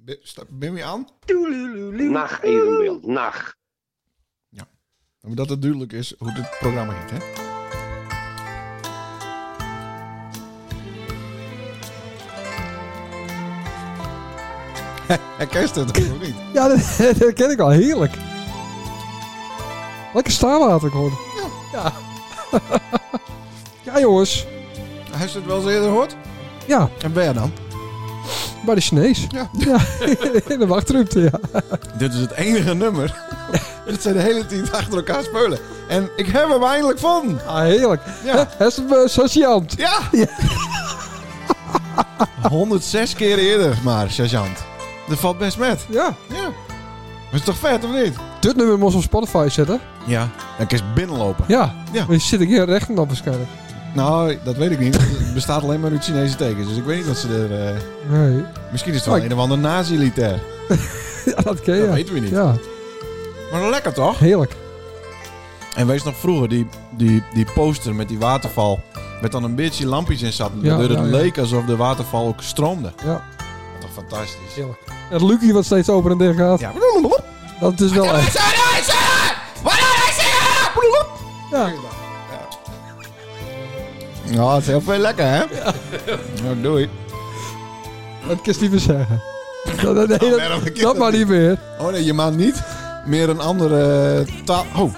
Ben je aan? Nacht evenbeeld, nacht. Ja. Maar dat het duidelijk is hoe dit programma heet, hè? Herkent het of niet? Ja, dat ken ik al. Heerlijk. Lekker staarwater gewoon. Ja. Ja, jongens. Hij heeft het wel eens eerder gehoord? Ja, En waar dan? bij de Chinees. Ja. In de wachtruimte, ja. Dit is het enige nummer. Dit zijn de hele tijd achter elkaar spelen. En ik heb hem eindelijk van. Ah, heerlijk. Ja. Hij is een sergeant. Ja! 106 keer eerder maar, sergeant. Dat valt best met. Ja. Ja. Dat is toch vet, of niet? Dit nummer moest op Spotify zetten. Ja. Dan kun je binnenlopen. Ja. Ja. Maar die zit ik hier rechten op waarschijnlijk. Nou, dat weet ik niet. Het bestaat alleen maar uit Chinese tekens. Dus ik weet niet wat ze er... Nee. Misschien is het wel een of ander nazi-liter. Ja, dat ken je. Dat weten we niet. Ja, Maar lekker toch? heerlijk. En wees nog vroeger, die poster met die waterval... met dan een beetje lampjes in zaten. Ja, Waardoor het ja, ja. leek alsof de waterval ook stroomde. Ja, Toch fantastisch. heerlijk. Het Lucie wat steeds open en dicht gaat. Ja. Dat is wel echt. Ja. Ja, het is heel veel lekker, hè? Nou, doei. Dat kan je niet meer zeggen. Nee, waarom ik dat maar niet meer. Oh nee, je maakt niet meer een andere taal... Oh.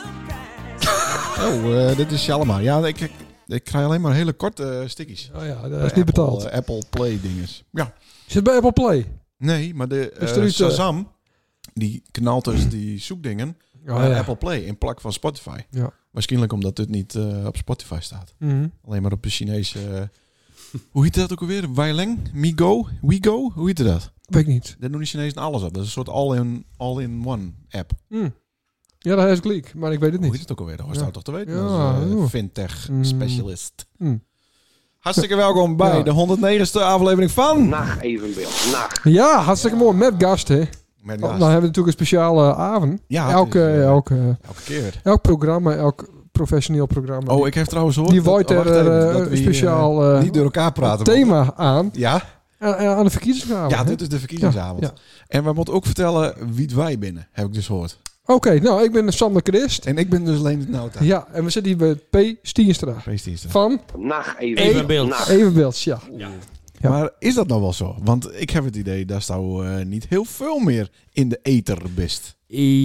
Dit is Shalma. Ja, ik krijg alleen maar hele korte stickies. Oh ja, dat is niet betaald. Apple Play dinges. Ja. Zit bij Apple Play. Nee, maar de Is er iets, Shazam, die knalt dus die zoekdingen Oh, naar ja. Apple Play in plak van Spotify. Ja. Waarschijnlijk omdat dit niet op Spotify staat. Mhm. Alleen maar op de Chinese... hoe heet dat ook alweer? Weileng? WeGo? Hoe heet dat? Weet ik niet. Daar doen die Chinezen alles op. Dat is een soort all-in-one app. Ja, dat is gelijk, maar ik weet het Hoe heet niet. het ook alweer? Dat was Ja. nou toch te weten. Ja, Als joh. fintech Mm. specialist. Mm. Hartstikke welkom bij Ja. de 109ste aflevering van... Nacht evenbeeld, nacht. Ja, hartstikke mooi. Met gast, hè. Met Nou gast. hebben we natuurlijk een speciale avond. Ja, elke, het is, elke keer. elk programma, elk professioneel programma. Oh, ik heb trouwens gehoord... die waait wacht er even, dat een we, speciaal niet door elkaar praten. thema aan. Ja? Aan de verkiezingsavond. Ja, hè? dit is de verkiezingsavond. Ja, En we moeten ook vertellen wie wij binnen, heb ik dus gehoord. Oké, nou, ik ben Sander Christ. En ik ben dus alleen het Nauta. Ja, en we zitten hier bij P. Stienstra. Feestdiensten. Van Nacht Evenbeeld. nacht. Evenbeelds, ja. Ja. Ja. Maar is dat nou wel zo? Want ik heb het idee dat zou niet heel veel meer in de ether best.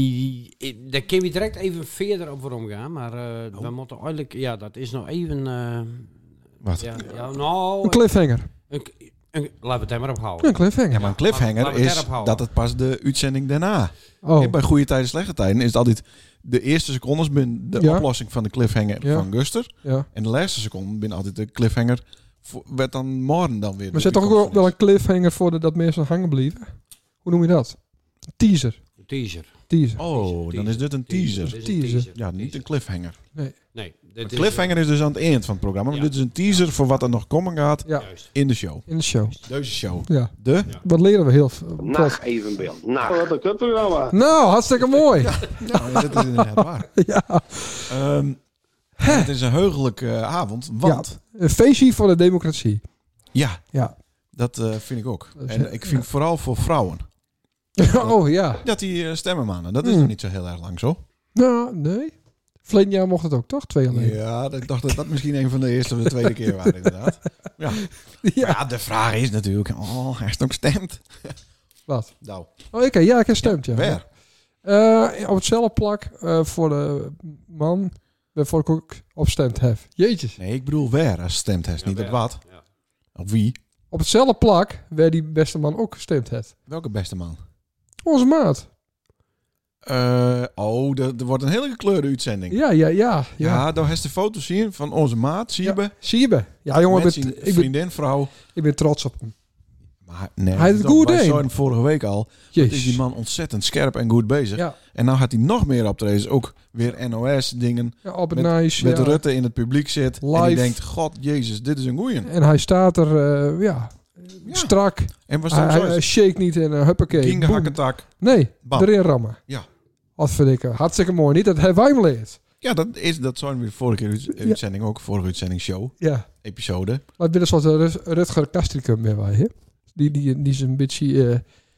Daar kun je direct even verder op waarom gaan, maar we moeten eigenlijk, ja, dat is nou even, Wat? ja, nou, Een cliffhanger. laten we het er maar op houden. Een cliffhanger. Ja, maar een cliffhanger Laten we het is erop houden. dat het pas de uitzending daarna. Oh, Bij goede tijden, slechte tijden is het altijd de eerste secondes binnen de Ja. oplossing van de cliffhanger Ja. van Guster. ja. En de laatste seconde binnen altijd de cliffhanger. Werd dan morgen dan weer. Maar de zet toch ook uitkomst wel van een cliffhanger voor dat mensen hangen blijven? Hoe noem je dat? Een teaser. Teaser. Teaser. Oh, dan is dit een teaser. Dit is een Teaser. Ja, niet een cliffhanger. Nee, Een cliffhanger is dus aan het eind van het programma. Maar Ja. dit is een teaser voor wat er nog komen gaat Ja, Juist. in de show. in de show. Deze show. Ja. De? Wat leren we heel veel? Nacht evenbeeld, nacht. Wat een kutprogramma. Nou, hartstikke mooi. Nou, dat is inderdaad waar. Ja. Het is een heugelijke avond, want Een feestje voor de democratie. ja, Ja. dat vind ik ook. Dat is- En ik vind vooral voor vrouwen Oh ja. dat die stemmen mannen. Dat is Mm. nog niet zo heel erg lang zo. Nou, nee. Verleden jaar mocht het ook, toch? 2 alleen. Ja, ik dacht dat dat misschien een van de eerste of de tweede keer waren inderdaad. Ja. Ja. Ja, de vraag is natuurlijk, hij is ook stemt. Wat? Nou, Oh, oké. Ja, ik heb gestemd, ja. waar? Op hetzelfde plak voor de man waarvoor ik ook op stemd heb. Jeetjes. Nee, ik bedoel waar als stemt heeft, niet op wat. Ja. Op wie? Op hetzelfde plak waar die beste man ook gestemd heeft. Welke beste man? Onze maat. Er wordt een hele gekleurde uitzending. Ja. Ja, daar heeft de foto's zien van onze maat, zie je be? Zie je be? Ja, jongen, Met zijn vriendin, vrouw. ik ben trots op hem. Maar nee, Hij heeft het goed wij in. zeiden vorige week al, is die Jezus. man ontzettend scherp en goed bezig. Ja, En nou gaat hij nog meer optreden. Ook weer NOS-dingen. ja, op het Met- nice. Met ja. Rutte in het publiek zit. En die Live. denkt, god jezus, dit is een goeie. En hij staat er, strak. En was Hij, dat hij zo? shake niet en huppakee. King boem. hakketak. Nee, Bam. erin rammen. Ja. Wat vind ik hartstikke mooi. Niet dat hij wij hem leert. Ja, dat zijn we de vorige keer uitzending ook. Vorige uitzending show. Ja. Episode. Maar binnen een soort Rutger Kastricum ben wij, hè? Die is een beetje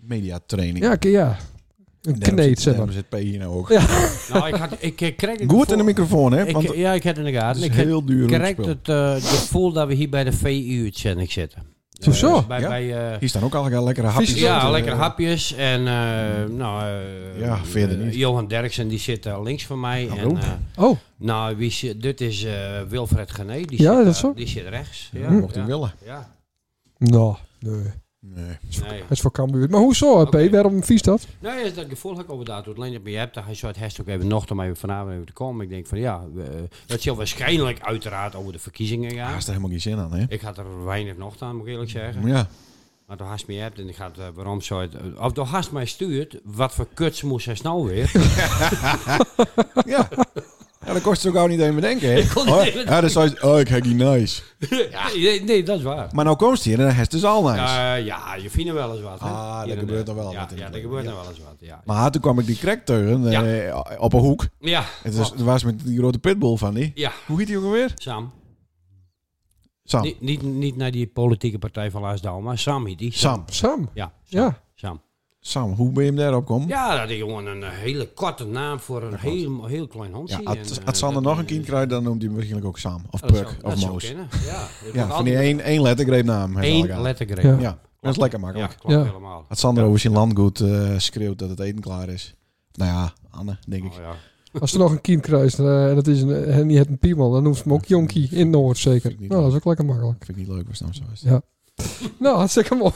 mediatraining. Ja. Een kneed, zeg maar. Daarom zit P hier nou ook. Ja. Nou, ik kreeg het Goed in de microfoon, hè? Want ik heb het in de het gaten. is Ik heel duur. krijg het gevoel dat we hier bij de VU-uitzending zitten. Zo. Bij, Ja? bij, Hier staan ook al lekkere hapjes. ja, op. lekkere hapjes. En verder niet. Johan Derksen die zit links van mij. Hallo. En, nou, dit is Wilfred Gené. Die Ja, zit, dat is zo. Die zit rechts. Ja, Mocht u willen. Ja. Nou, nee. Nee. Nee. Hij is voor Cambuur. Maar hoezo, Oké. P? Waarom vies dat? Nee, dat gevoel heb ik over dat. Alleen dat je hebt, hij zou het herst ook even nog om even vanavond even te komen. Ik denk van ja, dat zal waarschijnlijk uiteraard over de verkiezingen gaan. Daar is er helemaal geen zin aan, hè? Ik had er weinig nog aan, moet ik eerlijk zeggen. Ja. Maar toen haast me hebt en ik ga waarom zou het... Of toen haast mij stuurt, wat voor kuts moest hij nou weer? Ja. Ja, dat kost het ook gauw niet even bedenken, hè? Ik kon niet even Ja, dan zou je... ik heb die nice. ja, nee, dat is waar. Maar nou komst hier en dan is het dus al nice. Ja, je vindt er wel eens wat. Hè? Ah, Hier dat en gebeurt daar. er wel Ja, wat in ja, het dat leven, gebeurt ja. er wel eens wat, ja. Maar toen kwam ik die crack tegen op een hoek. Ja, Het was met die grote pitbull van die. ja, Hoe heet die ook alweer? Sam. Sam. Niet naar die politieke partij van Laasdal, maar Sam heet die. Sam. Sam. Ja, Ja. Sam. Sam, hoe ben je hem daarop komen? Ja, dat is gewoon een hele korte naam voor een heel klein hondje. Ja, als Sander nog een kind krijgt, dan noemt hij hem waarschijnlijk ook Sam. Of Puk, of Moos. Ja, Ja, van die één lettergreep naam. Eén lettergreep. Ja. Ja, dat is lekker makkelijk. Ja, klopt Ja. helemaal. Als Sander over zijn landgoed schreeuwt dat het eten klaar is. Nou ja, Anne, denk ik. Oh, ja. Als er nog een kind kruist en dat is en die heeft een piemel, dan noemt ze hem ook Jonkie in Noord zeker. Vind ik niet Nou, dat is ook lekker makkelijk. Vind ik niet leuk als het nou zo is. Ja. Nou, hartstikke mooi.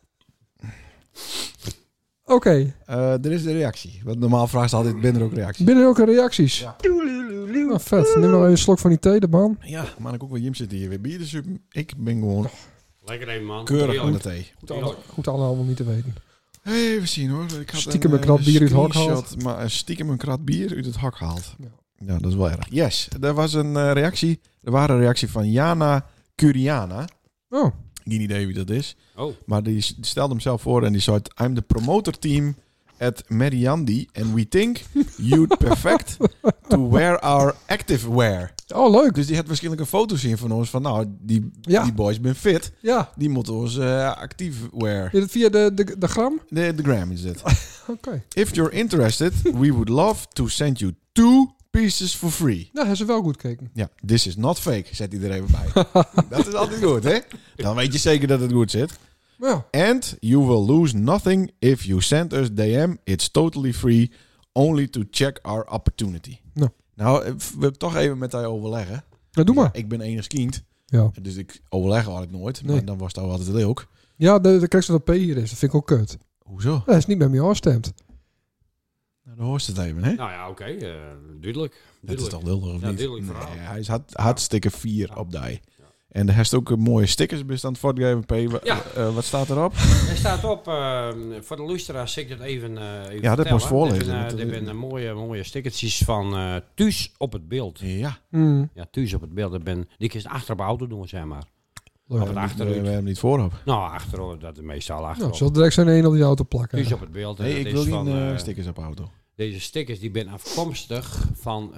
Oké. Er is de reactie. Want normaal vraagt ze altijd, ben er ook reactie? Binnen ook reacties. Ja. Nou, vet. Neem nog even een slok van die thee, de man. Ja, maar ik ook wel Jim zit hier weer bier. Dus ik ben gewoon Lekker even, man. keurig Heerlijk. met de thee. Goed allemaal niet te weten. Even zien hoor. Ik had Stiekem een krat bier uit het hok screenshot, maar stiekem een krat bier uit het hok gehaald. Ja. Ja, dat is wel erg. Yes, er was een reactie. Er was een reactie van Jana Curiana. Oh, Geen idee wie dat is. Oh, Maar die stelde hem zelf voor en die zei: I'm the promoter team at Mariandi and we think you'd perfect to wear our active wear. oh leuk. Dus die had waarschijnlijk een foto zien van ons van nou, die Ja. boys zijn fit. Ja. Die moeten ons actief wear. Is het via de gram? De gram is het. Oké. If you're interested, we would love to send you 2 pieces for free. Nou, hebben ze wel goed gekeken. Ja, this is not fake, zet hij er even bij. Dat is altijd goed, hè? Dan weet je zeker dat het goed zit. Ja. And you will lose nothing if you send us DM. It's totally free, only to check our opportunity. Nou. Nou, we toch even met hij overleggen. Nou, doe maar. Ik ben enig kind, Ja. dus ik overleg eigenlijk nooit. Nee. Maar dan was het ook altijd leuk. Ja, de krijg ze dat P hier is. Dat vind ik ook kut. Hoezo? Hij is niet met me afgestemd. Nou, dan hoort het even, hè? nou ja, oké. Duidelijk. Dat is toch lullig, of Ja, niet? duidelijk verhaal. Nee, hij is hartstikke 4 op die. En er heeft ook mooie stickers bestand voortgegeven, P. Ja. Wat staat erop? Er staat op, voor de luisteraars zeg ik dat even Ja, dat moest voorlezen. Er zijn mooie stickertjes van thuis op het beeld. Ja. Ja, thuis op het beeld. Die kun je achter op de auto doen, zeg maar. Leuk. Of het We achteruit. hebben hem niet voorop. Nou, achterover, dat is meestal Nou, achterop. zal direct zijn een op die auto plakken. Thuis op het beeld. En Nee, dat ik is wil geen van, stickers op auto. Deze stickers die ben afkomstig van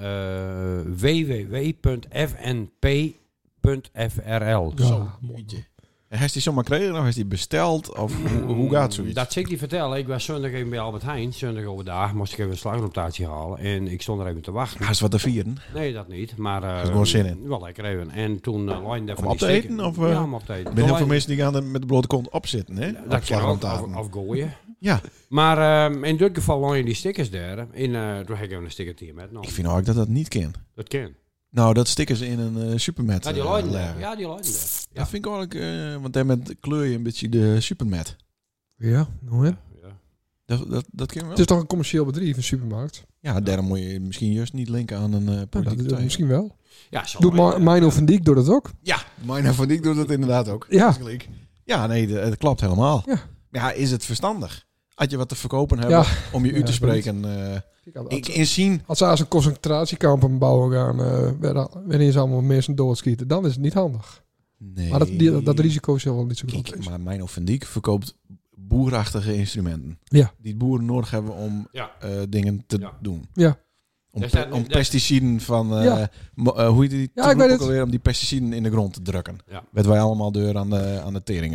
www.fnp.frl. Ja, Zo, mooi. jeetje. En heeft hij zomaar gekregen of heeft hij besteld? Of hoe gaat zoiets? Dat zal ik je vertellen. Ik was zondag even bij Albert Heijn. Zondag overdag moest ik even een slagnotatie halen. En ik stond er even te wachten. Hij is wat te vieren. Nee, dat niet. Maar er gewoon zin in? wel lekker even. En toen line Om op te eten? Of, ja, om op te eten. Er zijn heel veel mensen die gaan er met de blote kont op zitten, hè? Dat Op kan ook, slagroomtafel. of gooien. Ja, Maar in dit geval line die stickers daar. En toen heb ik even een stickertje met. Nou, ik vind ook dat dat niet kan. dat kan. Nou, dat stickers in een supermat Ja, die line daar. leggen. Ja, die line daar. Ja. Dat vind ik eigenlijk... want daarmee kleur je een beetje de supermat. Ja, hoe hè? Ja. Dat kan wel. Het is toch een commercieel bedrijf, een supermarkt? Ja, daarom moet je misschien juist niet linken aan een Nou, politieke dat partij. misschien wel. Ja, zo Doet Mino van Dijk doet het ook. Ja, Mino van Dijk doet dat inderdaad ook. Ja. Dat is gelijk. Ja, nee, dat klopt helemaal. Ja. Ja, is het verstandig? Had je wat te verkopen hebben Ja. om je uit te Ja, spreken? Ik inzien... Als ze aan een concentratiekampen bouwen gaan, wanneer ze allemaal mensen doodschieten, dan is het niet handig. Nee. Maar dat risico is wel niet zo groot. Kijk, maar Mino van Dijk verkoopt boerachtige instrumenten. Ja. Die boeren nodig hebben om Ja. Dingen te Ja. doen. Ja. Om, Daar staat- om daar- pesticiden van... Ja. hoe heet die? Ja, ik weet het. Alweer, om die pesticiden in de grond te drukken. Ja. Werd wij allemaal deur aan de tering aan.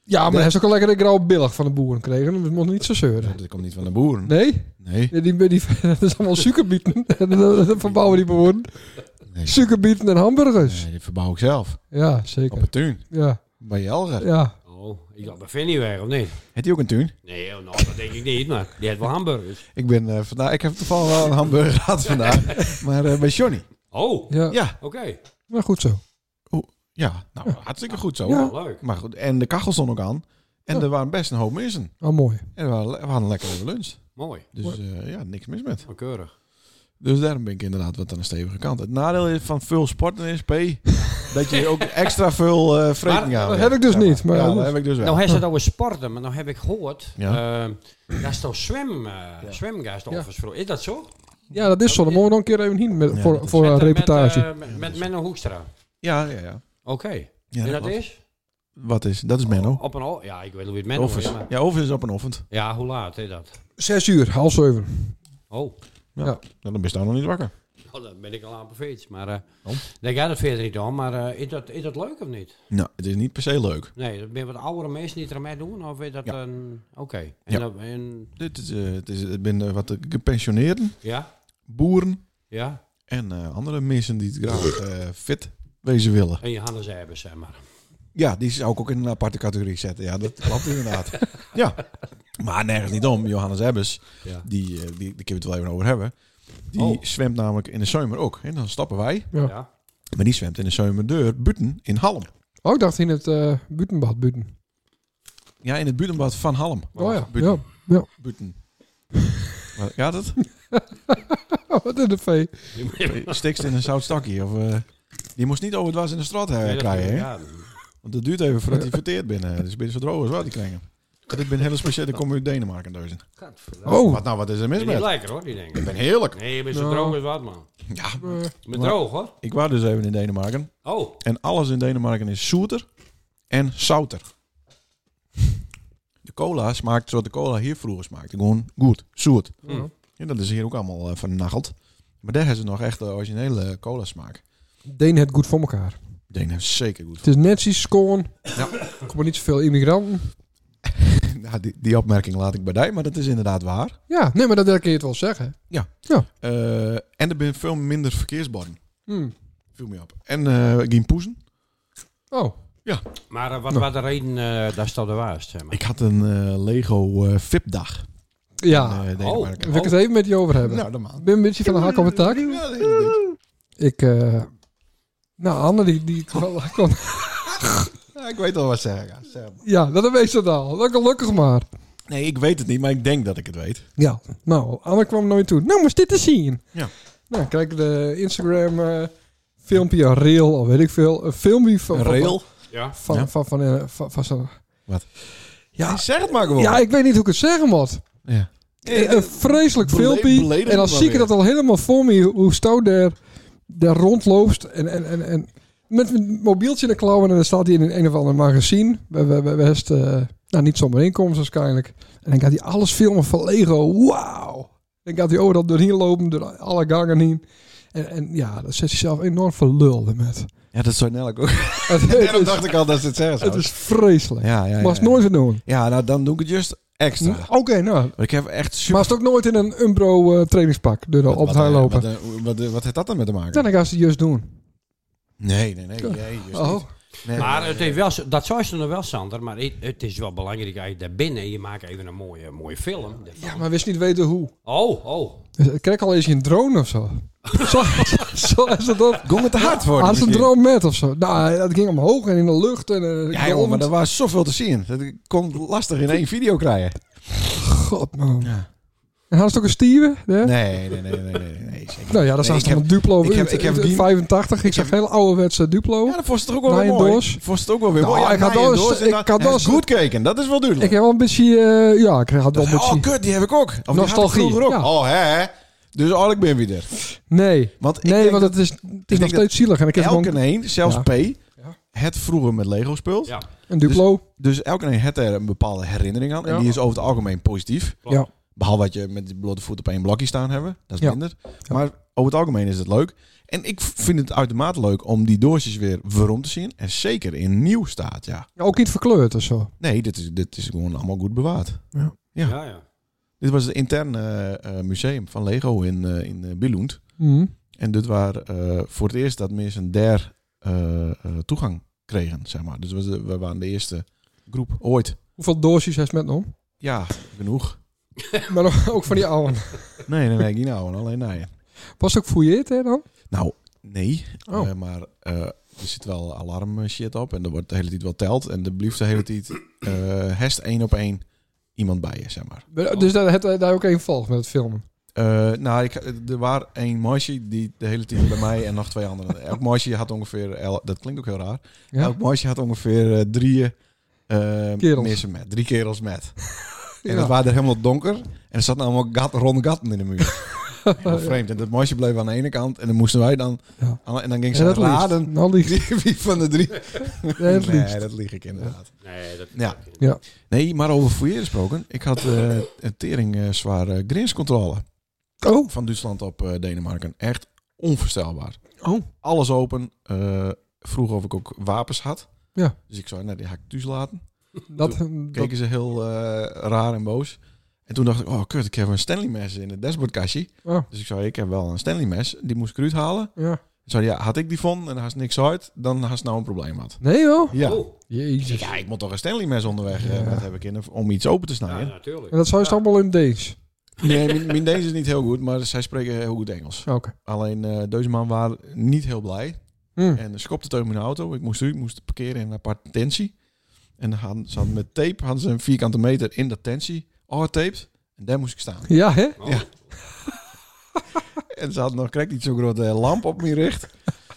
Ja, maar hij is ook al lekker een grauwe billig van de boeren gekregen. Dat moet niet zo zeuren. Dat komt niet van de boeren. Nee? Nee. Ja, dat is allemaal suikerbieten. Dat verbouwen die boeren. Nee. Suikerbieten en hamburgers. Nee, die verbouw ik zelf. Ja, Op zeker. een tuin. Ja, Bij Jelger. ja. Oh, ik dacht bij Vinnie weg, of niet? Heeft hij ook een tuin? Nee, nou, dat denk ik niet, maar die heeft wel hamburgers. Ik ben vandaag... Ik heb toevallig wel een hamburger gehad vandaag. Maar bij Johnny. Oh, Ja, Ja. oké. maar goed zo. Ja, nou, hartstikke goed zo. Ja. Leuk. Maar goed, en de kachel stond ook aan. En er waren best een hoop mensen. Oh, mooi. En we hadden lekker even lunch. Mooi. Dus ja, niks mis met. Oh, keurig. Dus daarom ben ik inderdaad wat aan de stevige kant. Het nadeel van veel sporten is, P, dat je ook extra veel vreting aan dat heb ik dus niet, maar ja, goed. dat heb ik dus wel. Nou, hij zit over sporten, maar nou heb ik gehoord. Ja. Dat is toch zwemgast offers voor. Is dat zo? Ja, dat is zo. Dan moeten we nog een keer even heen met, Ja, voor, dat is- voor een reportage. Met Menno Hoekstra. Ja. Oké. Ja, En dat klopt. is? Wat is? Dat is Menno. Op een ja, ik weet niet hoe het Menno Overs. is, maar... Ja, overs is op een ochtend. Ja, hoe laat is dat? 6 uur, 6:30. Oh, Nou, dan ben je daar nog niet wakker. oh, dan ben ik al aan de fiets. Maar Oh. daar gaat het verder niet om. Maar is dat leuk of niet? Nou, het is niet per se leuk. Nee, dat ben wat oudere mensen die er aan mee doen? Of is dat Ja. een... Oké. En Ja. en... Het ben wat gepensioneerden, Ja? boeren Ja? en andere mensen die het graag fit wezen willen. En Johannes Ebbers, zeg maar. Ja, die zou ik ook in een aparte categorie zetten. Ja, dat klopt inderdaad. Ja, maar nergens niet om. Johannes Ebbers, Ja. die kunnen we het wel even over hebben. Die Oh. zwemt namelijk in de zomer ook. En dan stappen wij. Ja. Ja. Maar die zwemt in de zomerdeur buiten in Halm. Oh, ik dacht in het buitenbad, buiten. Ja, in het buitenbad van Halm. Oh ja, Buiten. ja. Buiten. Wat gaat het? Wat is de vee? Stikst in een zout stakje. Of, die moest niet over het was in de straat krijgen. Hè? Ja, Want het duurt even voordat hij verteerd binnen. Dus ben je zo droog als wat die krijgen. Dat ben hele speciaal. Ik kom uit Denemarken duizen. Oh, Wat is er mis ben niet met? lekker hoor, die denk Ik ik. ben heerlijk. Nee, je bent zo Nou. droog als wat, man. Ja, eh, Je bent droog hoor. ik was dus even in Denemarken. Oh, En alles in Denemarken is zoeter en zouter. De cola smaakt zoals de cola hier vroeger smaakte. Gewoon goed, zoet. ja. En dat is hier ook allemaal vernacheld. Maar daar hebben ze nog echt de originele cola smaak. Deen het goed voor elkaar. Deen heeft zeker goed. Het is netjes, schoon. Ja. Er komen niet zoveel immigranten. Nou, die opmerking laat ik bij die, maar dat is inderdaad waar. Ja, nee, maar dat kun je het wel zeggen. En er zijn veel minder verkeersborden. Hm. Viel me op. En geen poezen. Oh, maar wat was de reden dat staat er waast, zeg maar? Ik had een Lego VIP-dag. ja. In Denemarken. Wil ik het even met je over hebben? Nou, de maand. Ik ben een beetje van de hak op het tak. Ja, de hele ding. Ik, nou, Anne, die kwam... Ja, ik weet al wat zeggen. Ja, zeg maar. Ja, dat weet ze al. Dat gelukkig maar. Nee, ik weet het niet, maar ik denk dat ik het weet. Ja, nou, Anne kwam nooit toe. Nou, moest dit te zien? Ja. Nou, kijk de Instagram filmpje, een reel, of weet ik veel. Een filmpje van... Een rail. Ja? Van zo'n... Wat? Ja, Hey, zeg het maar gewoon. ja, ik weet niet hoe ik het zeggen moet. Ja. Een vreselijk filmpje. beledig En dan maar zie ik weer. dat al helemaal voor me, hoe stout daar rondloopt. En met een mobieltje in de klauwen. En dan staat hij in een of ander magazine. We niet zomaar inkomsten waarschijnlijk. En dan gaat hij alles filmen van Lego. Wauw. Dan gaat hij overal doorheen lopen, door alle gangen heen. En ja, dan zet hij zelf enorm veel lul met. Ja, dat zou Nelk ook. Het Daarom is, dacht ik al dat ze het zeggen het zou. is vreselijk. Ja, ja, ja. Maar het nooit te doen. Ja, nou dan doe ik het juist extra. Oké, nou. Want ik heb echt super... Maar het is ook nooit in een Umbro trainingspak door op het huis lopen. Wat heeft dat dan met te maken? Ja, dan gaan ze het juist doen. Nee. Juist Oh. niet. Nee, Maar nee, het heeft wel, dat zou je nog wel, Sander, maar het is wel belangrijk dat je daar binnen, je maakt even een mooie film. Ja, maar wist niet weten hoe. Oh. Krijg al eens een drone of zo. Zo is het op. Ging het te hard voor? Had ze een drone met of zo? Nou, dat ging omhoog en in de lucht. En, Ja, jongen, maar er was zoveel te zien. Dat kon lastig in één video krijgen. God, man. Ja. En hadden ze ook een stieren? Ja? Nee, zeker. Nou ja, dat Nee, staat een Duplo. ik heb die- 85. Ik zeg heel ouderwetse Duplo. Ja, dat vond ze toch ook wel Na weer een mooi. doos. Vond ze het ook wel weer Nou, mooi. Ja, ik had na wel een eens- doos en ik dan- had hij wel is eens- goed keken. Dat is wel Ik duidelijk. heb wel een beetje... ja, ik had wel een beetje... Oh, kut, die heb ik ook. Of die had ik Nostalgie, vroeger ook. ja. Oh, hè. Dus ik ben weer. Nee. Want ik Nee, denk want dat het is nog dat steeds zielig. En ik heb elke gewoon een, zelfs Ja. P, het vroeger met Lego speelt. Ja. een Duplo. Dus elke een heeft er een bepaalde herinnering aan. En Ja. die is over het algemeen positief. Ja. Behalve wat je met die blote voet op één blokje staan hebben. Dat is Ja. minder. Ja. Maar over het algemeen is het leuk. En ik vind het uitermate leuk om die doosjes weer waarom te zien. En zeker in nieuw staat, ja. Ook niet verkleurd of zo. Nee, dit is gewoon allemaal goed bewaard. Ja. Dit was het interne museum van Lego in Billund. Mhm. En dit was voor het eerst dat mensen daar toegang kregen, zeg maar. Dus we waren de eerste groep ooit. Hoeveel doosjes heeft met nog? Ja, genoeg. Maar nog, ook van die oude. Nee, niet nou, alleen nee. Was het ook fouilleerd hè dan? Nou, nee. Oh. Maar er zit wel alarm shit op en er wordt de hele tijd wel teld. En er blijft de hele tijd hest 1 op 1 iemand bij je, zeg maar. Dus daar ook één volg met het filmen. Nou, er waren een meisje die de hele tijd bij mij en nog 2 anderen. Elk meisje had ongeveer, dat klinkt ook heel raar. Ja? Elk meisje had ongeveer 3 Kerels. mensen met. 3 kerels met. En Ja. het waren er helemaal donker. En er zaten allemaal ronde gaten in de muur. Heel vreemd. En dat meisje bleef aan de ene kant. En dan moesten wij dan... Ja. En dan ging Ja, ze dat raden liefst. Nou liefst. wie van de 3... Ja, het liefst. Nee, dat lieg ik inderdaad. Nee, dat Ja. Ja. Nee, maar over fouilleren gesproken. Ik had een tering zware grenscontrole Oh. van Duitsland op Denemarken. Echt onvoorstelbaar. Oh. Alles open. Vroeg of ik ook wapens had. Ja. Dus ik zei, nou, die ga ik thuis laten. Dat, Keken ze heel raar en boos. En toen dacht ik, oh kut, ik heb een Stanley mes in het dashboardkastje. oh, Dus ik zei, ik heb wel een Stanley mes. Die moest ik eruit halen. ja. Ik zei, ja, had ik die vond en had niks uit, dan had ze nou een probleem had. Nee joh. Ja. Oh, Jezus. Ja, ik moet toch een Stanley mes onderweg Ja. met heb ik om iets open te ja, snijden. natuurlijk. En dat zou je allemaal in Deens. Nee, mijn Deens is niet heel goed, maar zij spreken heel goed Engels. Oké. Alleen deze man waren niet heel blij. Hm. En schopte tegen mijn auto. Ik moest parkeren in een aparte tentie. En dan hadden met tape hadden ze een vierkante meter in dat tentie taped. En daar moest ik staan. Ja hè? Oh. Ja. En ze hadden nog correct niet zo'n grote lamp op me richt.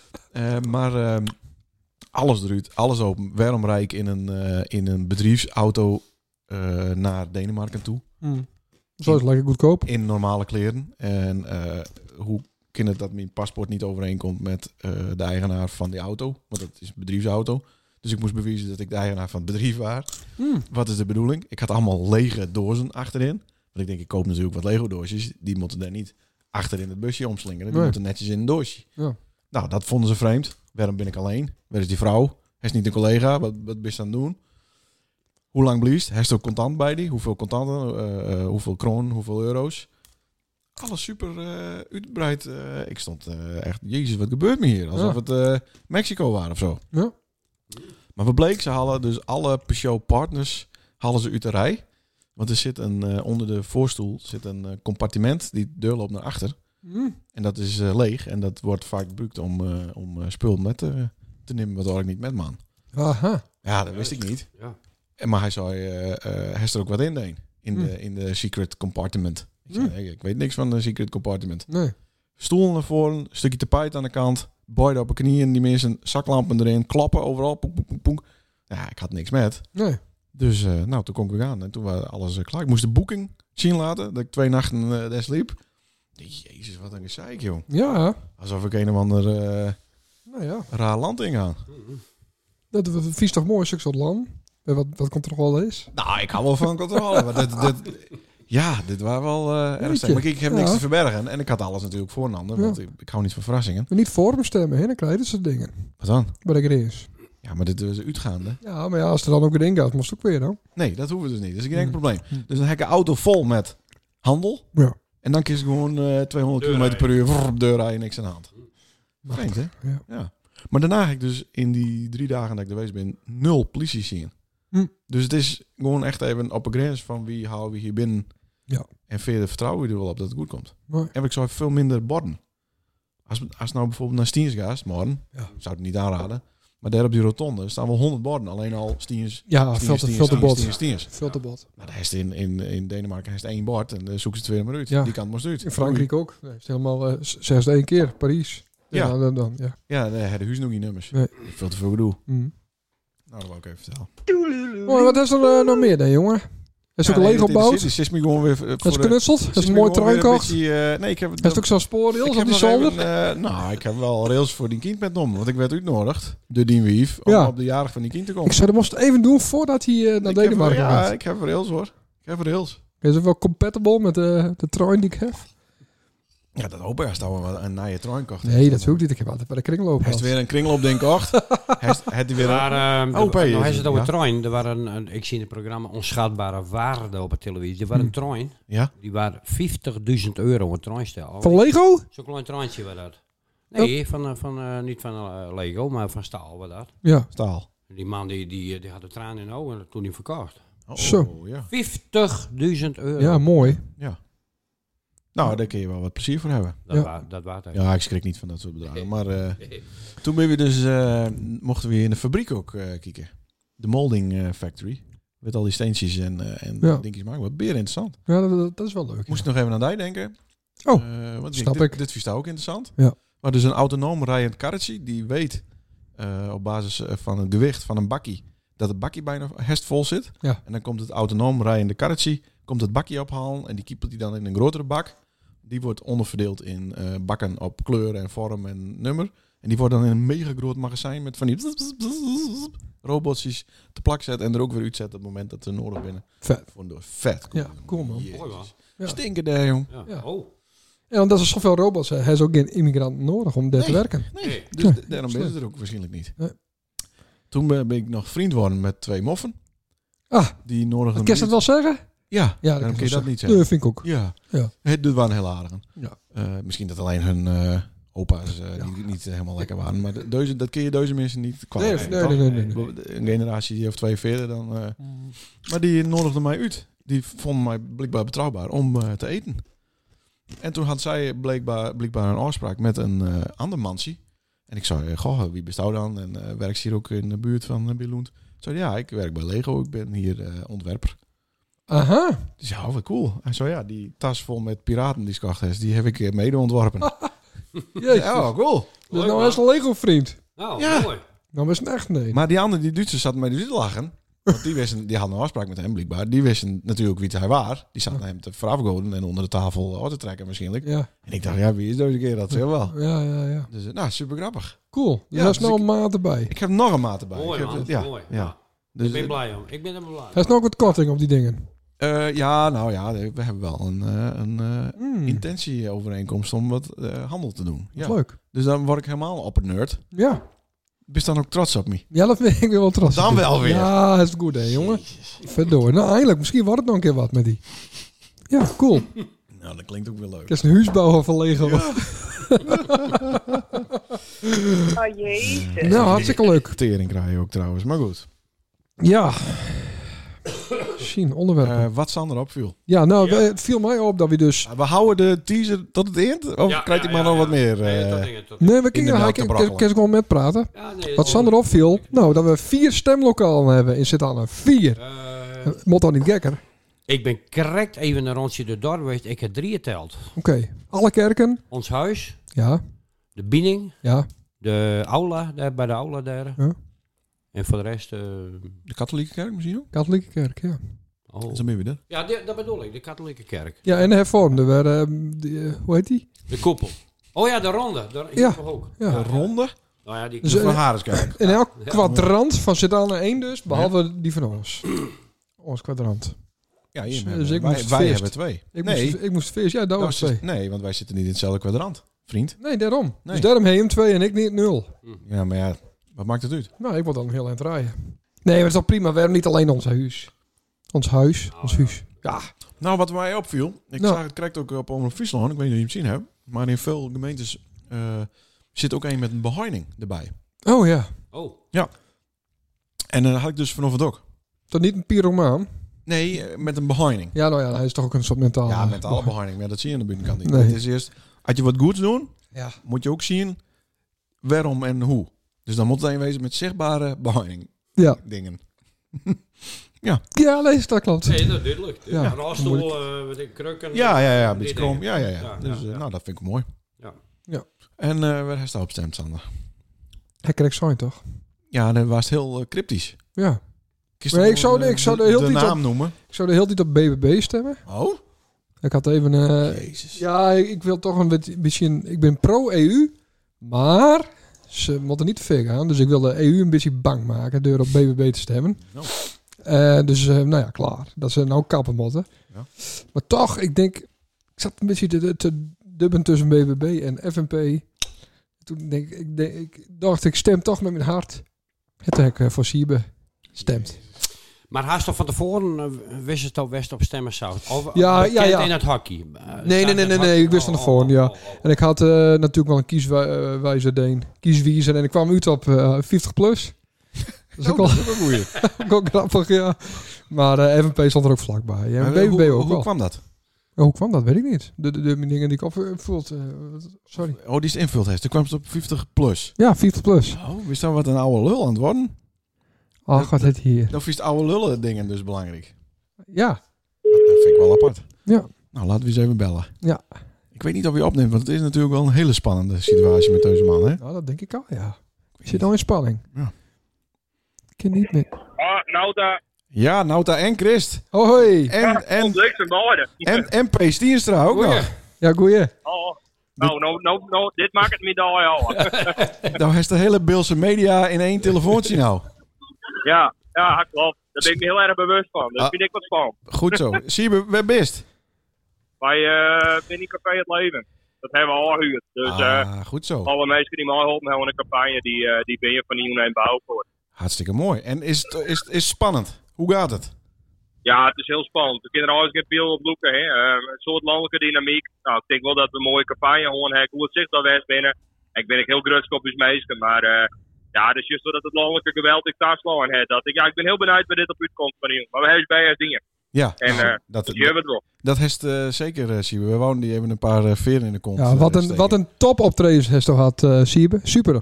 Maar alles eruit, alles open. Waarom rijd ik in een bedrijfsauto naar Denemarken toe? Hm. Zo is het lekker goedkoop. In normale kleren. En hoe kan het dat mijn paspoort niet overeenkomt met de eigenaar van die auto? Want het is een bedrijfsauto. Dus ik moest bewijzen dat ik de eigenaar van het bedrijf was. Hm. Wat is de bedoeling? Ik had allemaal lege dozen achterin. Want ik denk, ik koop natuurlijk wat Lego doosjes. Die moeten daar niet achter in het busje omslingeren. Die Nee. moeten netjes in een doosje. Ja. Nou, dat vonden ze vreemd. Waarom ben ik alleen? Waar is die vrouw? Hij is niet een collega. Wat ben je aan het doen? Hoe lang bliest? Hij is ook contant bij die? Hoeveel contanten? Hoeveel kroon? Hoeveel euro's? Alles super uitgebreid. Ik stond echt... Jezus, wat gebeurt me hier? Alsof het Mexico waren of zo. Ja. Maar wat bleek? Ze halen dus alle Peugeot partners halen ze uit de rij. Want er zit onder de voorstoel zit een compartiment. Die deur loopt naar achter. Hm. En dat is leeg. En dat wordt vaak gebruikt om spul met te nemen. Wat eigenlijk niet met, man. Aha. Ja, dat wist ik niet. Ja. Maar hij zei, hij is er ook wat in deed. In de secret compartment. Ik zei, nee, ik weet niks van de secret compartment. Nee. Stoel naar voren, stukje tapijt aan de kant. Boy op de knieën, die mensen, zaklampen erin, klappen overal. Poek, poek, poek, poek. Ja, ik had niks met. Nee. Dus nou, toen kon ik weer aan. En toen was alles klaar. Ik moest de boeking zien laten. Dat ik 2 nachten daar sliep. Jezus, wat een gezeik, joh. Ja. Alsof ik een of ander Nou ja. raar land inga. Dat vies toch mooi, stuk soort land. Wat controle is. Nou, ik hou wel van controle. Maar dit waren wel erg Weet sterk. je, Maar ik heb ja. niks te verbergen. En ik had alles natuurlijk voorhanden. Want ik hou niet van verrassingen. Maar niet voor hem stemmen, hè? Dan krijg je dat soort dingen. Wat dan? Bij de grens. Ja, maar dit is uitgaande. Ja, maar ja, als er dan ook erin gaat, moest het ook weer dan. Nee, dat hoeven we dus niet. Dat is geen enkel probleem. Dus dan heb ik een auto vol met handel. Ja. En dan kies ik gewoon 200 Deur km per uur. Op deur rijden, niks aan de hand. Vreemd, hè? Ja. Maar daarna heb ik dus in die 3 dagen dat ik geweest ben 0 politie zien. Dus het is gewoon echt even op een grens van wie houden we hier binnen. Ja. En verder vertrouwen we er wel op dat het goed komt. Maar, Heb ik zo veel minder borden. Als nou bijvoorbeeld naar Stiens gaat, morgen, Ja. zou ik het niet aanraden. Maar daar op die rotonde staan wel 100 borden. Alleen al Stiens. ja, veel te bot. Stiens. Veel te bot. Nou, daar is het in Denemarken is het 1 bord en dan zoeken ze het weer maar uit. Ja. Die kant moest uit. In Frankrijk ook. Nee, het is helemaal 6 keer. Parijs. Ja. Dan, ja. Ja, nee, de huis nog niet nummers. Nee. Veel te veel gedoe. Mm. Nou, dat wou ik even vertellen. Oh, wat is er nog meer dan, jongen? Is ook een Lego gebouwd? Het is me gewoon weer... Dat is knutseld? Dat is een mooi trein kocht? Nee, ik heb... Is het ook zo'n spoorrails ik op heb die nog zolder? even, nou, ik heb wel rails voor die kind met om. Want ik werd uitgenodigd door Dien Wief om Ja. op de jarig van die kind te komen. Ik zou dat moest even doen voordat hij naar Denemarken Ja, gaat. ik heb rails hoor. Ik heb rails. Is het wel compatible met de trein die ik heb? Ja, dat hoop ik als dat we een nieuwe trein kocht. Nee, dat is ook niet. Ik heb altijd bij de kringloop Hij is gehad. weer een kringloop, denk ik, kocht. Hij weer Maar, Oh, P is nou, hij het, zit over ja. trein. Er waren ik zie in het programma Onschatbare Waarde op de televisie. Er waren een trein. Ja? Die waren €50.000 een treinstel. Van Lego? Zo'n klein treintje was dat. Nee, niet van Lego, maar van staal was dat. Ja. Staal. Die man die had de traan in de ogen toen hij verkocht. Oh, Zo. Ja. €50.000. Ja, mooi. Ja. Nou, daar kun je wel wat plezier voor hebben. Dat was het. Ja, ik schrik niet van dat soort bedragen. Maar toen ben we dus, mochten we in de fabriek ook kijken. De molding factory. Met al die steentjes en Ja. dingetjes maken. Wat beer interessant. Ja, dat is wel leuk. Moest ik nog even aan die denken. Oh, want snap dit, ik. Dit vies ook interessant. Ja. Maar dus een autonoom rijdend karretje die weet op basis van het gewicht van een bakkie dat het bakkie bijna vol zit. Ja. En dan komt het autonoom rijdende karretje, komt het bakje ophalen en die kiepelt die dan in een grotere bak. Die wordt onderverdeeld in bakken op kleur en vorm en nummer. En die wordt dan in een mega groot magazijn met van die robotjes te plak zetten en er ook weer uitzetten op het moment dat ze nodig binnen. Vet. Vet. Cool. Ja, cool man. Jezus. Mooi, man. Ja. Stinken daar, jong. Ja. Ja. Oh. En omdat er zoveel robots zijn, hebben ze ook geen immigrant nodig om daar te Nee. werken. Nee. Dus Nee, daarom slim. is het er ook waarschijnlijk niet. Nee. Toen ben ik nog vriend geworden met 2 moffen. Ah, Die nodigden kan je dat wel zeggen? Ja, Ja, dan kun je dat niet Nee, zeggen. vind ik ook. Ja. Ja. Dit waren heel aardigen. Ja. Misschien dat alleen hun opa's niet helemaal lekker waren. Maar dat kun je deze mensen niet kwalijk Nee, nemen, nee. toch? Een generatie of 2 verder dan. Maar die nodigde mij uit. Die vonden mij blijkbaar betrouwbaar om te eten. En toen had zij blijkbaar een afspraak met een ander mansje. En ik zei, goh, wie bestaat dan? En werkt ze hier ook in de buurt van Billund? Ik zei, ja, ik werk bij Lego. Ik ben hier ontwerper. Aha. Dus ja, wat cool. Hij zei, ja, die tas vol met piraten die gekocht heeft, die heb ik mede ontworpen. Jezus. Ja, cool. Dus nou is een Lego-vriend. Nou, Ja. mooi. Nou is het echt nee. Maar die andere, die Duitsers, zaten mij dus te lachen. Want die hadden een afspraak met hem, blijkbaar. Die wisten natuurlijk wie hij was. Die zaten hem te verafgoden en onder de tafel uit te trekken waarschijnlijk. Ja, En ik dacht, ja, wie is deze keer? Dat zeg wel. ja. Dus nou, super grappig. Cool. Dus Ja, hij is dus nou een maat erbij. Ik heb nog een maat erbij. Mooi, Ik heb, man. ja, Mooi. ja. Dus, Ik ben blij, om. Ik ben er blij. Hij is nog wat korting op die dingen. ja, nou ja, we hebben wel een Mm, intentieovereenkomst om wat handel te doen. dat is Ja. leuk. Dus dan word ik helemaal op het nerd. Ja. Ben je dan ook trots op me? Ja, dat vind ik wel trots. Dan op. wel weer. Ja, dat is goed hè, jongen. Verdorie. Nou, eindelijk. Misschien wordt het nog een keer wat met die. Ja, cool. Nou, dat klinkt ook wel leuk. Ik is een huis bouwen van Lego. Oh jezus. Nou, hartstikke leuk. Tering krijg je ook trouwens, maar goed. Ja. Zien, onderwerpen. Wat Sander opviel. Ja, nou, Ja. het viel mij op dat we dus... We houden de teaser tot het eind? Of krijgt ik maar nog wat meer? Nee, dat ding, dat- Nee, we in de kunnen melk te brokkelen. kan gewoon met praten. Ja, nee, Wat Sander opviel, nou, dat we 4 stemlokalen hebben in Sint-Anne. 4. Moet dan niet gekker. Ik ben correct even een rondje door dorp geweest. Ik heb 3 geteld. Oké. Alle kerken. Ons huis, Ja, de binding, ja. de aula, daar bij de aula daar. Ja. En voor de rest... De katholieke kerk misschien ook? Katholieke kerk, ja. oh. Is dat meer weer? Ja, dat bedoel ik. De katholieke kerk. Ja, en de hervormde. Hoe heet die? De koepel. Oh ja, de ronde. Hier Ja. ook. Ja. De ronde? Nou ja, die Dus, De Van Hareskerk. In elk Ja. kwadrant van Sint-Anne 1 dus, behalve die van ons. Ons kwadrant. Ja, Dus hier ik wij moest wij feest. hebben 2. Ik moest feest. Ja, dat was 2. Nee, want wij zitten niet in hetzelfde kwadrant, vriend. Nee, daarom. Nee. Dus daarom heen 2 en ik niet 0. Ja, maar ja, wat maakt het uit? Nou, ik word dan heel eind rijden. Nee, maar het is toch prima. We hebben niet alleen ons huis. Ons huis. Nou, Ons ja. huis. Ja. Nou, wat mij opviel, ik Nou. zag het correct ook op Omroep Friesland, ik weet niet of je hem gezien hebt, maar in veel gemeentes zit ook een met een beheining erbij. Oh ja. En Oh. dan had ik dus vanochtend ook. Toch niet een pyromaan? Nee, met een beheining. Ja, nou ja, hij is toch ook een soort mentaal. Ja, met alle beheining, maar dat zie je aan de binnenkant niet. Nee. Het is eerst, als je wat goeds doet, Ja. moet je ook zien waarom en hoe. Dus dan moet het een wezen met zichtbare beheining Ja. dingen. Ja, nee, dat klopt. Nee, dat duidelijk. Ja, Ja, rolstoel, met krukken. Ja, een die beetje krom. dingen. Ja. Ja, Dus ja. nou, dat vind ik mooi. Ja. Ja. En waar heeft hij op gestemd, Sander? Hij kreeg zijn toch? Ja, dan was het heel cryptisch. Ja. Kies Nee, toch ik zou- gewoon, ik zou de heel de niet naam op- noemen. Ik zou de hele tijd op BBB stemmen. Oh? Ik had even... Jezus. ja, ik wil toch een beetje... Ik ben pro-EU, maar ze moeten niet te ver gaan. Dus ik wil de EU een beetje bang maken door op BBB te stemmen. Oh. Dus nou ja, klaar. Dat ze nou kappen moeten. Ja. Maar toch, ik denk... Ik zat een beetje te dubben tussen BBB en FNP. Toen dacht ik stem toch met mijn hart. Het heb ik voor Siebe stemt. Maar haast toch van tevoren wist het al West op stemmen zou? Ja. In het hockey? Nee. Ik wist het nog voor, ja. En ik had natuurlijk wel een kieswijzer en ik kwam uit op 50 plus. Dat is ook wel goeie. ook grappig, ja. Maar FNP stond er ook vlakbij. En BBB ook wel. Hoe kwam dat? Hoe kwam dat? Weet ik niet. De dingen die ik opvult. Sorry. Oh, die is invult heeft. Toen kwam het op 50 plus. Ja, 50 plus. Oh, wist dan wat een oude lul aan het worden? Ach, wat het hier. Dan vies oude lullen dingen dus belangrijk. Ja. Dat vind ik wel apart. Ja. Nou, laten we eens even bellen. Ja. Ik weet niet of hij opneemt, want het is natuurlijk wel een hele spannende situatie met deze man, hè? Nou, dat denk ik al, ja. Ik zit al in spanning. Ja. Ik ken niet meer. Nauta. Ja, Nauta en Christ. Oh, hoi. En P. Stienstra ook nog. Ja, goeie. Nou, dit maakt het niet al. Nou, heeft de hele Beelse media in één telefoontje nou. Ja, klopt. Daar ben ik me heel erg bewust van. Dat vind ik wat spannend. Goed zo. Siebe, waar bist? Wij ben in Café Het Leven. Dat hebben we al gehuurd. Dus goed zo. alle mensen die mij helpen hebben een campagne, die ben je van Nieuw en Bouw voor. Hartstikke mooi. En is spannend? Hoe gaat het? Ja, het is heel spannend. We kunnen er alles geen veel op zoeken. Een soort landelijke dynamiek. Nou, ik denk wel dat we een mooie campagne gewoon hebben. Hoe het zich dan west binnen. Ik ben heel grutsk op uw meesten. Maar ja, dus juist doordat het landelijke geweld ik daar slaan heb. Ik ben heel benieuwd waar dit op uitkomt van u. Maar we hebben bij dingen. Ja, en dat je het wel. Dat heeft zeker, Siebe. We wouden die even een paar veren in de kont. Ja, wat een top optreden heeft toch had, Siebe. Super.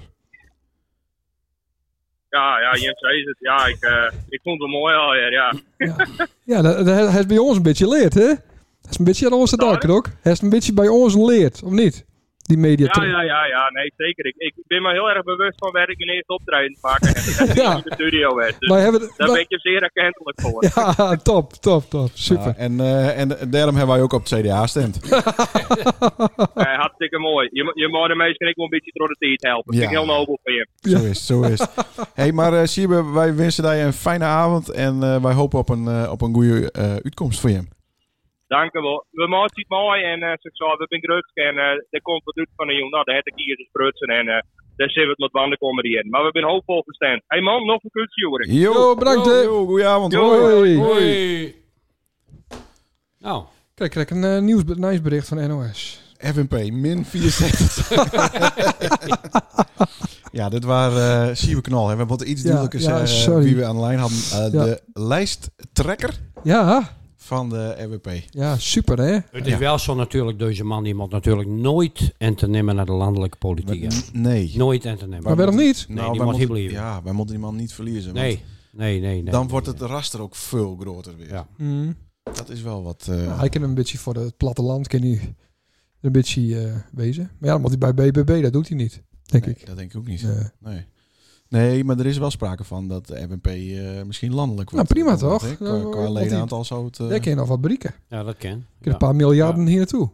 Ja, Jens zei het. Ja, ik vond het mooi al, ja, dat heeft bij ons een beetje leerd, hè? Dat is een beetje aan onze dak ook. Hij is een beetje bij ons leerd, of niet? Die media. Ja, nee, zeker. Ik ben me heel erg bewust van waar ik mijn eerste optreden maken in de studio werd. Dus daar ben je zeer erkentelijk voor. Ja, top. Super. Ja, en daarom hebben wij ook op het CDA gestemd. Hartstikke mooi. Je moet de meesten ik wel een beetje door de tijd helpen. Dat vind ik heel nobel van je. Zo is het. Hey, maar Siebe, wij wensen je een fijne avond en wij hopen op een goede uitkomst voor je. Dank u wel. We maken het mooi en we zijn gerust en er komt wat uit van een jongen. Nou, daar heb ik hier eens prutsen en daar zien we het met wanden komen die in. Maar we zijn hoopvol gestemd. Hey man, nog een kutje, Jorik. Jo, bedankt hè. Goedenavond. Hoi. Nou. Kijk, ik krijg een nieuwsbericht van NOS. FNP, min 64. Ja, dit waren Siebe Knol. Hè. We moeten iets duidelijker zeggen wie we aan de lijn hadden. De lijsttrekker. Ja. Van de RWP. Ja, super hè? Het is wel zo natuurlijk, deze man die moet natuurlijk nooit en te nemen naar de landelijke politiek. Nee. Nooit en te nemen. Maar waarom niet? Nee, die moet hier blijven. Ja, wij moeten die man niet verliezen. Nee. Dan wordt het raster ook veel groter weer. Ja. Dat is wel wat... hij kan een beetje voor het platteland een beetje wezen. Maar ja, dan moet hij bij BBB, dat doet hij niet, denk ik. Dat denk ik ook niet. Nee, maar er is wel sprake van dat de RWP misschien landelijk wordt. Nou, prima toch? Qua ledenaantal zou het... Daar kun je nog wat brieken. Ja, dat kan. Een paar miljarden hier naartoe.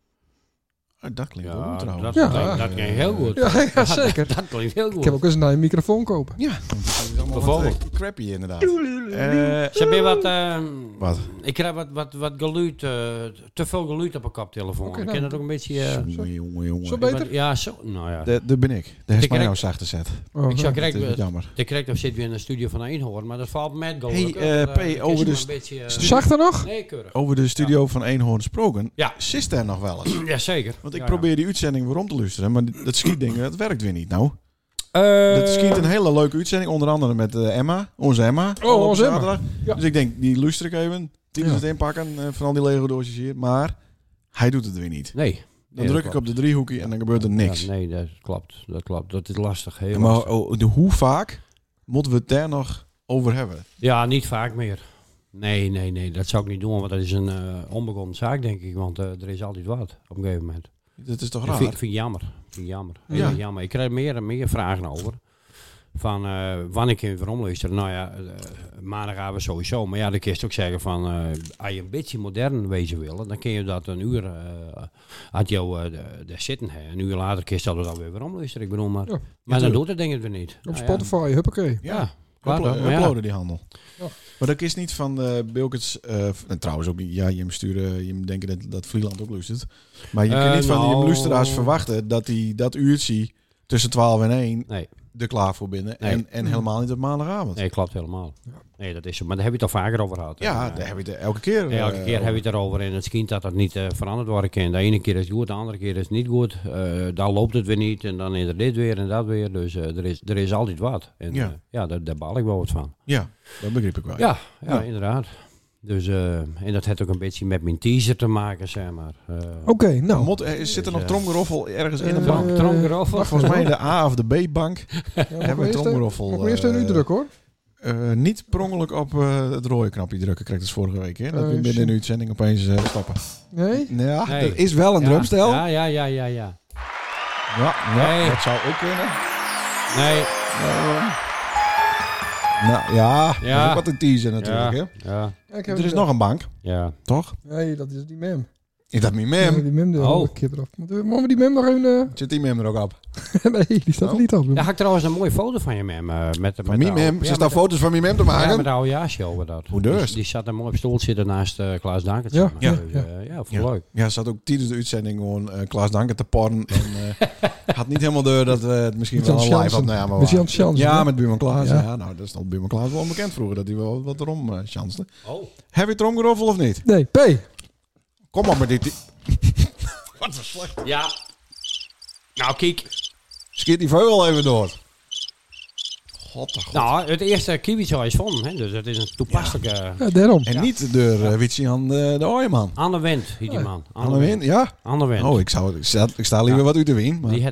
Dat klinkt wel goed trouwens. Dat klinkt heel goed. Ja, zeker. Dat klinkt heel goed. Ik heb ook eens een microfoon kopen. Ja, dat is allemaal wat crappy inderdaad. Ze hebben wat... Ik krijg wat geluid, te veel geluid op een koptelefoon. Ik ken het ook een beetje... Jongen. Zo beter? Ja, zo. Nou ja. Dat ben ik. Dat heeft mij nou zachter zet. Ik zou krijgen... Jammer. Ik krijg of zit weer in de studio van Eenhoorn, maar dat valt met gelukkig. Hey, P, over de... Zachter nog? Nee, keurig. Over de studio van Eenhoorn gesproken. Ja. Zit er nog wel eens? Ja, zeker. Want ik probeer die uitzending weer om te luisteren, maar dat schietding, dat werkt weer niet nou. Dat schiet een hele leuke uitzending, onder andere met Emma, onze Emma. Onze Emma. Ja. Dus ik denk, die luister ik even, die is het inpakken van al die Lego doosjes hier, maar hij doet het weer niet. Nee. Dan druk ik op de driehoekje en dan gebeurt er niks. Ja, nee, dat klopt. Dat is lastig. Heel maar lastig. Hoe vaak moeten we het daar nog over hebben? Ja, niet vaak meer. Nee. Dat zou ik niet doen, want dat is een onbegonnen zaak, denk ik. Want er is altijd wat op een gegeven moment. Dat is toch raar? Vind ik jammer. Heel jammer. Ik krijg meer vragen over. Van wanneer kun je weer omluisteren? Nou ja, maandagavond sowieso. Maar ja, dan kun je ook zeggen van... als je een beetje modern wezen wil... dan kun je dat een uur... had jou daar zitten. Een uur later kun je dat dan weer omluisteren. Ik bedoel, maar dan doet het denk ik weer niet. Op Spotify, huppakee. Ja, Klaar, maar ja. uploaden die handel. Ja. Maar dat is niet van Bilkens... en trouwens ook niet... Ja, je moet sturen... Je moet denken dat Vlieland ook luistert. Maar je kunt niet van die luisteraars verwachten... dat die dat uurtje tussen 12 en 1... Nee. er klaar voor binnen. Nee. En helemaal niet op maandagavond. Nee, klopt helemaal. Nee, dat is zo. Maar daar heb je het al vaker over gehad. Ja, daar heb je het elke keer. Elke keer heb je het erover en het schijnt dat niet veranderd worden kan. De ene keer is het goed, de andere keer is het niet goed. Dan loopt het weer niet en dan is er dit weer en dat weer. Dus er is altijd wat. En daar baal ik wel wat van. Ja, dat begrijp ik wel. Ja, inderdaad. Dus, en dat heeft ook een beetje met mijn teaser te maken, zeg maar. Oké, nou. Zit er nog tromgeroffel ergens in de bank? Tromgeroffel? Volgens mij de A of de B-bank hebben we tromgeroffel. Mag ik eerst een druk hoor? Niet per ongeluk op het rode knopje drukken, kreeg ik dus vorige week. Hè? Dat we binnen in de uitzending opeens stoppen. Nee? Ja, Nee. er is wel een drumstel. Ja. Ja, Nee. dat zou ook kunnen. Nee. Nou ja, dat is ook wat een teaser natuurlijk. Hè? Ja. Er is nog een bank, Ja. toch? Nee, dat is die mem. Is dat niet mem? Die mem er Oh. een keer erop. Mogen we die mem nog even... Zit die mem er ook op? nee, die staat er niet op. Ja, had ik trouwens een mooie foto van je mem. Met Van mijn mem? Ze staan foto's van mijn mem te Ja, met maken? de oude jasje over dat. Hoe dus? Die zat er mooi op stoel zitten naast Klaas Dankert. Ja, zeg maar. ja, Dus, ja, vond ik leuk. Ja, zat ook tijdens de uitzending gewoon Klaas Danker te porren. En had niet helemaal door dat we het misschien Met wel Jan een live Jansen. opnamen Met Jan waren. Jansen, Ja, hè? met buurman Klaas. Ja. Ja, nou, dat stond buurman Klaas wel bekend vroeger. Dat hij wel wat erom chanste. Oh. Heb je tromgeroffel of niet? Nee, P. Kom op met dit. Wat voor slecht. Ja. Nou, kijk. Schiet die vogel even door. God, toch. Nou, het eerste kiwizooi is van. Hè? Dus het is een toepasselijke... Ja, daarom. En niet door Witsian de Ooieman. Anne Wendt, heet die man. Anne Win, ja? Anne Wendt. Oh, ik sta liever wat u te wien. Maar Die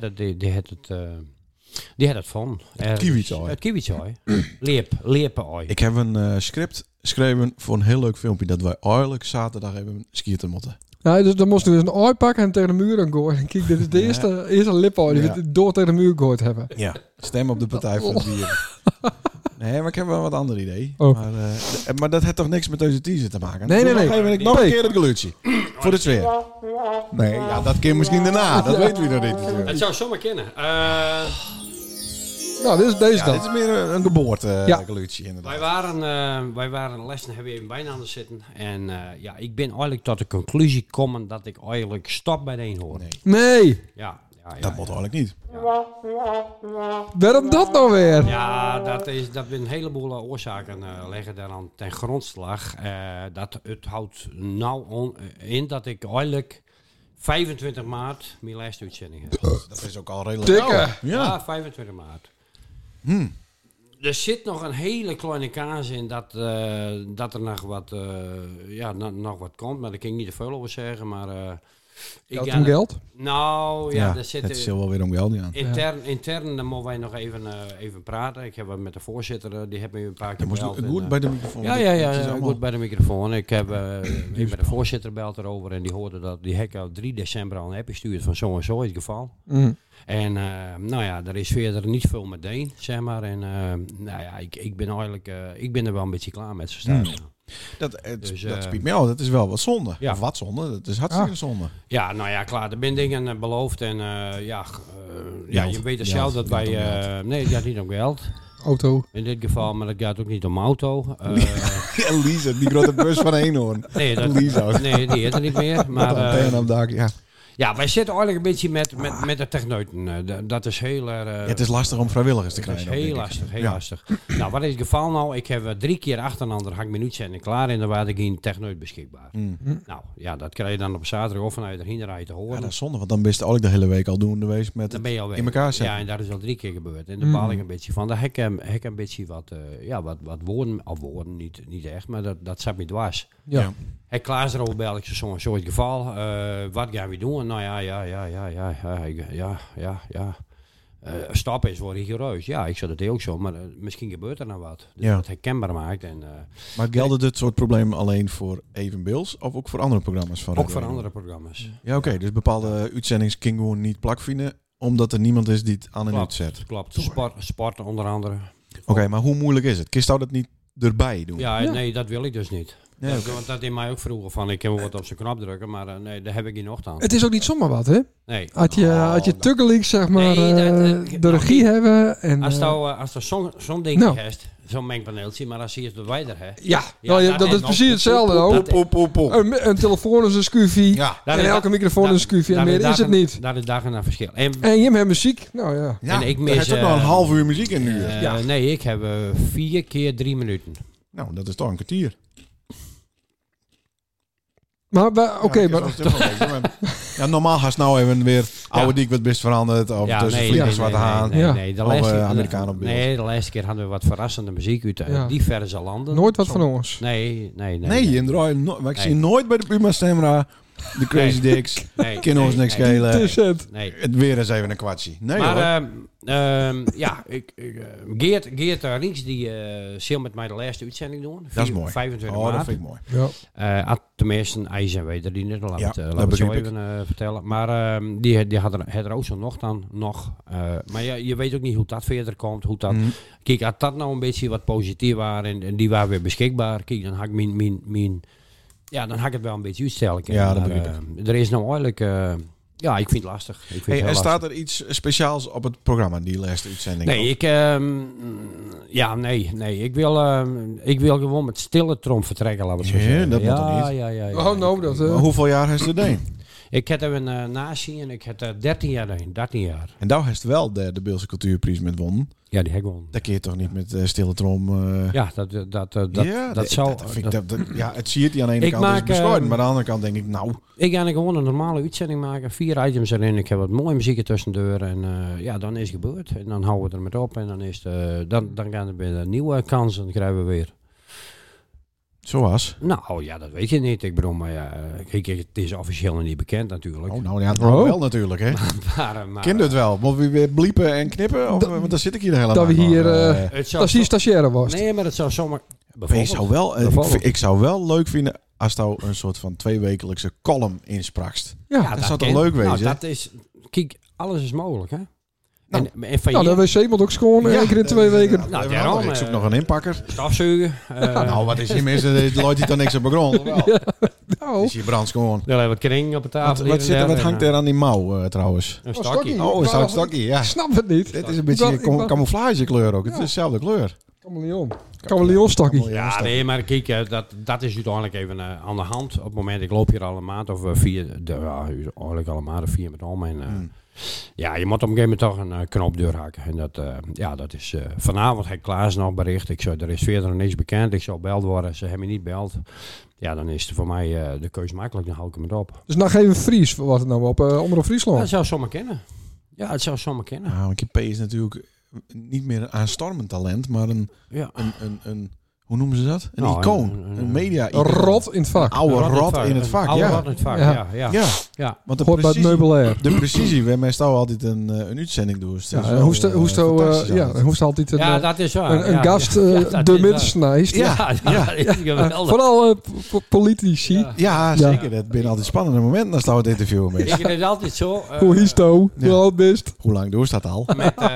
had het van. kiwizooi. Het kiwizooi. Leepen-ooi. Ik heb een script geschreven voor een heel leuk filmpje dat wij eigenlijk zaterdag even skieten moeten. Nou, dus dan moest je dus een ooi pakken en tegen de muur aan gooien. En kijk, dit is de eerste lipooi die we door tegen de muur gegooid hebben. Ja. Stem op de Partij voor de Dieren. Nee, maar ik heb wel wat ander idee. Oh. Maar dat heeft toch niks met deze teaser te maken? Nee. Nog een keer het geluidje. Voor de sfeer. Nee, ja, dat kan misschien daarna. Dat weten we nog niet. natuurlijk. Het zou zomaar kennen. Nou, dit is deze Ja, dan. dit is meer een geboorte Ja. geluidje inderdaad. Wij waren lessen, hebben we even bijna aan het zitten. En ik ben eigenlijk tot de conclusie gekomen dat ik eigenlijk stop bij de eenhoorn. Nee, Nee. Ja. dat moet eigenlijk niet. Waarom dat nou weer? Ja, dat een heleboel oorzaken liggen daaraan ten grondslag. Het houdt nou in dat ik eigenlijk 25 maart mijn laatste uitzending heb. Dat is ook al redelijk. Dikke. oud. Ja, 25 maart. Er zit nog een hele kleine kaas in dat er nog wat komt. Maar daar kan ik niet te veel over zeggen. Maar Geld om geld? Nou, ja, er zit... het is wel weer om geld aan. Intern dan moeten wij nog even praten. Ik heb met de voorzitter, die hebben me een paar keer Je moest gebeld. goed en, bij de microfoon. Ja, Het is allemaal- goed bij de microfoon. Ik heb met de voorzitter gebeld erover en die hoorde dat die hek op 3 december al een app gestuurd van zo en zo is het geval. Mm. En er is verder niet veel meteen, zeg maar. En ik ben eigenlijk, ik ben er wel een beetje klaar met ze staan. Dat Dus, dat spiet me al. Dat is wel wat zonde. Ja. Of wat zonde. Dat is hartstikke zonde. Ja, nou ja, klaar. Er zijn dingen beloofd en je weet het Geld. zelf dat wij... Niet om geld. nee, het gaat niet om geld. Auto. In dit geval, maar het gaat ook niet om auto. Ja, Lisa, die grote bus van Eenhoorn. Nee, Lisa. nee, die is er niet meer. Met Maar een antenne op het dak, ja. ja, wij zitten eigenlijk een beetje met de techneuten. Dat is heel... Ja, het is lastig om vrijwilligers te dat is krijgen. heel ook, denk ik. lastig, heel Ja. lastig. Nou, wat is het geval nou? Ik heb 3 keer achternander had ik mijn uitzending klaar en dan was ik geen techneut beschikbaar. Mm. Nou, ja, dat krijg je dan op zaterdag of vanuit de hinderrij te horen. Ja, dat is zonde, want dan ben je eigenlijk de hele week al doen geweest met Dan ben je al weg. in elkaar zetten. Ja, en dat is al 3 keer gebeurd. En daar baal ik een beetje van. Daar heb ik een beetje wat woorden, of woorden, niet echt, maar dat zat me dwars. Ja. Ja. Hey, Klaas erover bel ik zo in het geval. Wat gaan we doen? Nou ja. Stappen is wel rigoureus. Ja, ik zou dat ook zo, maar misschien gebeurt er nou wat. Dus Ja. wat herkenbaar maakt. En, Maar gelden dit soort problemen alleen voor Evenbeels of ook voor andere programma's van ook Radio voor 1? andere programma's. Ja, oké. Dus bepaalde uitzendingen kan gewoon niet plakvinden omdat er niemand is die het aan en Klopt. uitzet. Klopt. Sport onder andere. Oké, maar hoe moeilijk is het? Kist jou dat niet erbij doen? Ja, nee, dat wil ik dus niet. Nee, oké. Want dat in mij ook vroeger van, ik kan wel wat op zijn knop drukken, maar nee, daar heb ik geen nog aan. Het is ook niet zomaar wat, hè? Nee. Had je tuggeliks, zeg maar, Nee, de regie hebben en... Als er zo'n ding nou. hebt, zo'n mengpaneeltje, maar dan zie je het wat wijder, hè? Ja, nou, dat dat is is precies hetzelfde. dat- Nou. Een telefoon is een scuffie. Ja. En elke microfoon is een scuffie. En meer is het niet. Daar is dagen naar verschil. En En je hebt muziek. Nou ja. Ja, En ik daar mis, heeft ook nog een half uur muziek in nu. nee, ik heb 4 keer 3 minuten. Nou, dat is toch een kwartier. Maar, oké, Ja, maar... dat is toch wel een beetje, maar- Ja, normaal gaat nou even weer oude dik wat best veranderd. Of tussen Vliegers Zwarte Haan. Nee, de Of, laatste, Amerikaan op beeld. nee, de laatste keer hadden we wat verrassende muziek uit Ja. diverse landen. Nooit wat van ons. Nee. Nee, je draait maar ik zie nooit bij de Puma Stemra, de Crazy Dicks. Nee, Kunnen ons niks schelen. Het is het. Nee. Het weer eens even een kwartje. Nee hoor. Maar Geert Rinks die zal met mij de laatste uitzending doen. Dat is mooi. 25 Oh, dat maart. vind ik mooi. Ja. Tenminste, ijs en weder die net. Laat Ja, het dat zo begrijp even vertellen. Maar die had er ook zo nog. Maar ja, je weet ook niet hoe dat verder komt. Hoe dat, Kijk, als dat nou een beetje wat positief waren en die waren weer beschikbaar. Kijk, dan had ik dan had ik het wel een beetje uitstellen. Ja, dat Maar, begrijp er is nou eigenlijk... ja, ik vind het lastig. Ik vind het heel En lastig. staat er iets speciaals op het programma, die laatste uitzending? Nee, ik wil gewoon met stille trom vertrekken, laten we het zo Ja, zeggen. dat moet toch niet? Ja. Oh, nou, dat... Maar hoeveel jaar heeft het gedaan? Ik heb er een nazi en ik heb 13 jaar heen. 13 jaar. En nou heeft wel de Beelse Cultuurprijs met wonnen. Ja, die heb ik gewonnen. Dat kun je toch niet met stille trom... Ja, dat zou... ja, het zie je aan de ene Ik kant is maak, bescheiden, maar aan de andere kant denk ik, nou... Ik ga gewoon een normale uitzending maken. 4 items erin. Ik heb wat mooie muziek tussendoor. En dan is het gebeurd. En dan houden we er met op. En dan, is dan gaan er weer nieuwe kansen. Dan krijgen we weer. Zoals? Nou ja, dat weet je niet. Ik bedoel, maar ja, kijk, het is officieel nog niet bekend natuurlijk. Oh, nou ja, wel natuurlijk, hè. Maar, Ken je het wel? Moeten we weer bliepen en knippen? Of, want dan zit ik hier de hele Dat we dag hier... nog. het zou Dat is die stagiaire was. Nee, maar het zou zomaar... Ik zou wel leuk vinden als nou een soort van 2-wekelijkse column insprakst. Ja, dat zou toch leuk wezen? Nou, dat is... Kijk, alles is mogelijk, hè? Nou, en van nou, de wc moet ook schoon. Één keer in 2 weken. Nou, ik daarom, zoek nog een inpakker. Stafzuigen. Nou, wat is hier mis? Er looit hier toch niks op de grond? Nou, Is hier brandschoon? Dan hebben we kring op de tafel. Wat hangt er aan die mouw trouwens? Een stokkie. stokje. Oh, een zout stokje, ja. ik snap het niet. Dit is een beetje camouflagekleur ook. Het is dezelfde kleur. Chameleon-stokkie. Ja, nee, maar kijk, dat is uiteindelijk even aan de hand. Op het moment, ik loop hier al een maand of 4, eigenlijk al een maand of 4 met om. En, ja, je moet op een gegeven moment toch een knop doorhaken. En dat is... vanavond heb ik Klaas nog bericht. Ik zei, er is verder nog niks bekend. Ik zou beld worden. Ze hebben me niet beld. Ja, dan is het voor mij de keuze makkelijk. Dan hou ik hem het op. Dus nog even Fries. Wat het nou op Omroep Dat Friesland? zou zomaar kennen. Ja, het zou zomaar kennen. Nou, P is natuurlijk niet meer een aanstormend talent, maar een hoe noemen ze dat? Een icoon. Een media-icoon. Rot in het vak. Een oude rot in het vak, Oude ja. rot in het vak, Ja. ja. Want de Hoort bij het precisie, meubilair. de precisie, we hebben altijd een uitzending doen. Dus dat is Ja, wel, hoe is fantastisch altijd Ja, een dat is waar. een gast de midden snijst? Ja, dat is geweldig. Vooral politici. Ja. Ja, zeker. Dat zijn altijd spannende momenten als we het interviewen met. Ik vind het altijd zo. Hoe is het? Hoe oud best? Hoe lang doet dat al?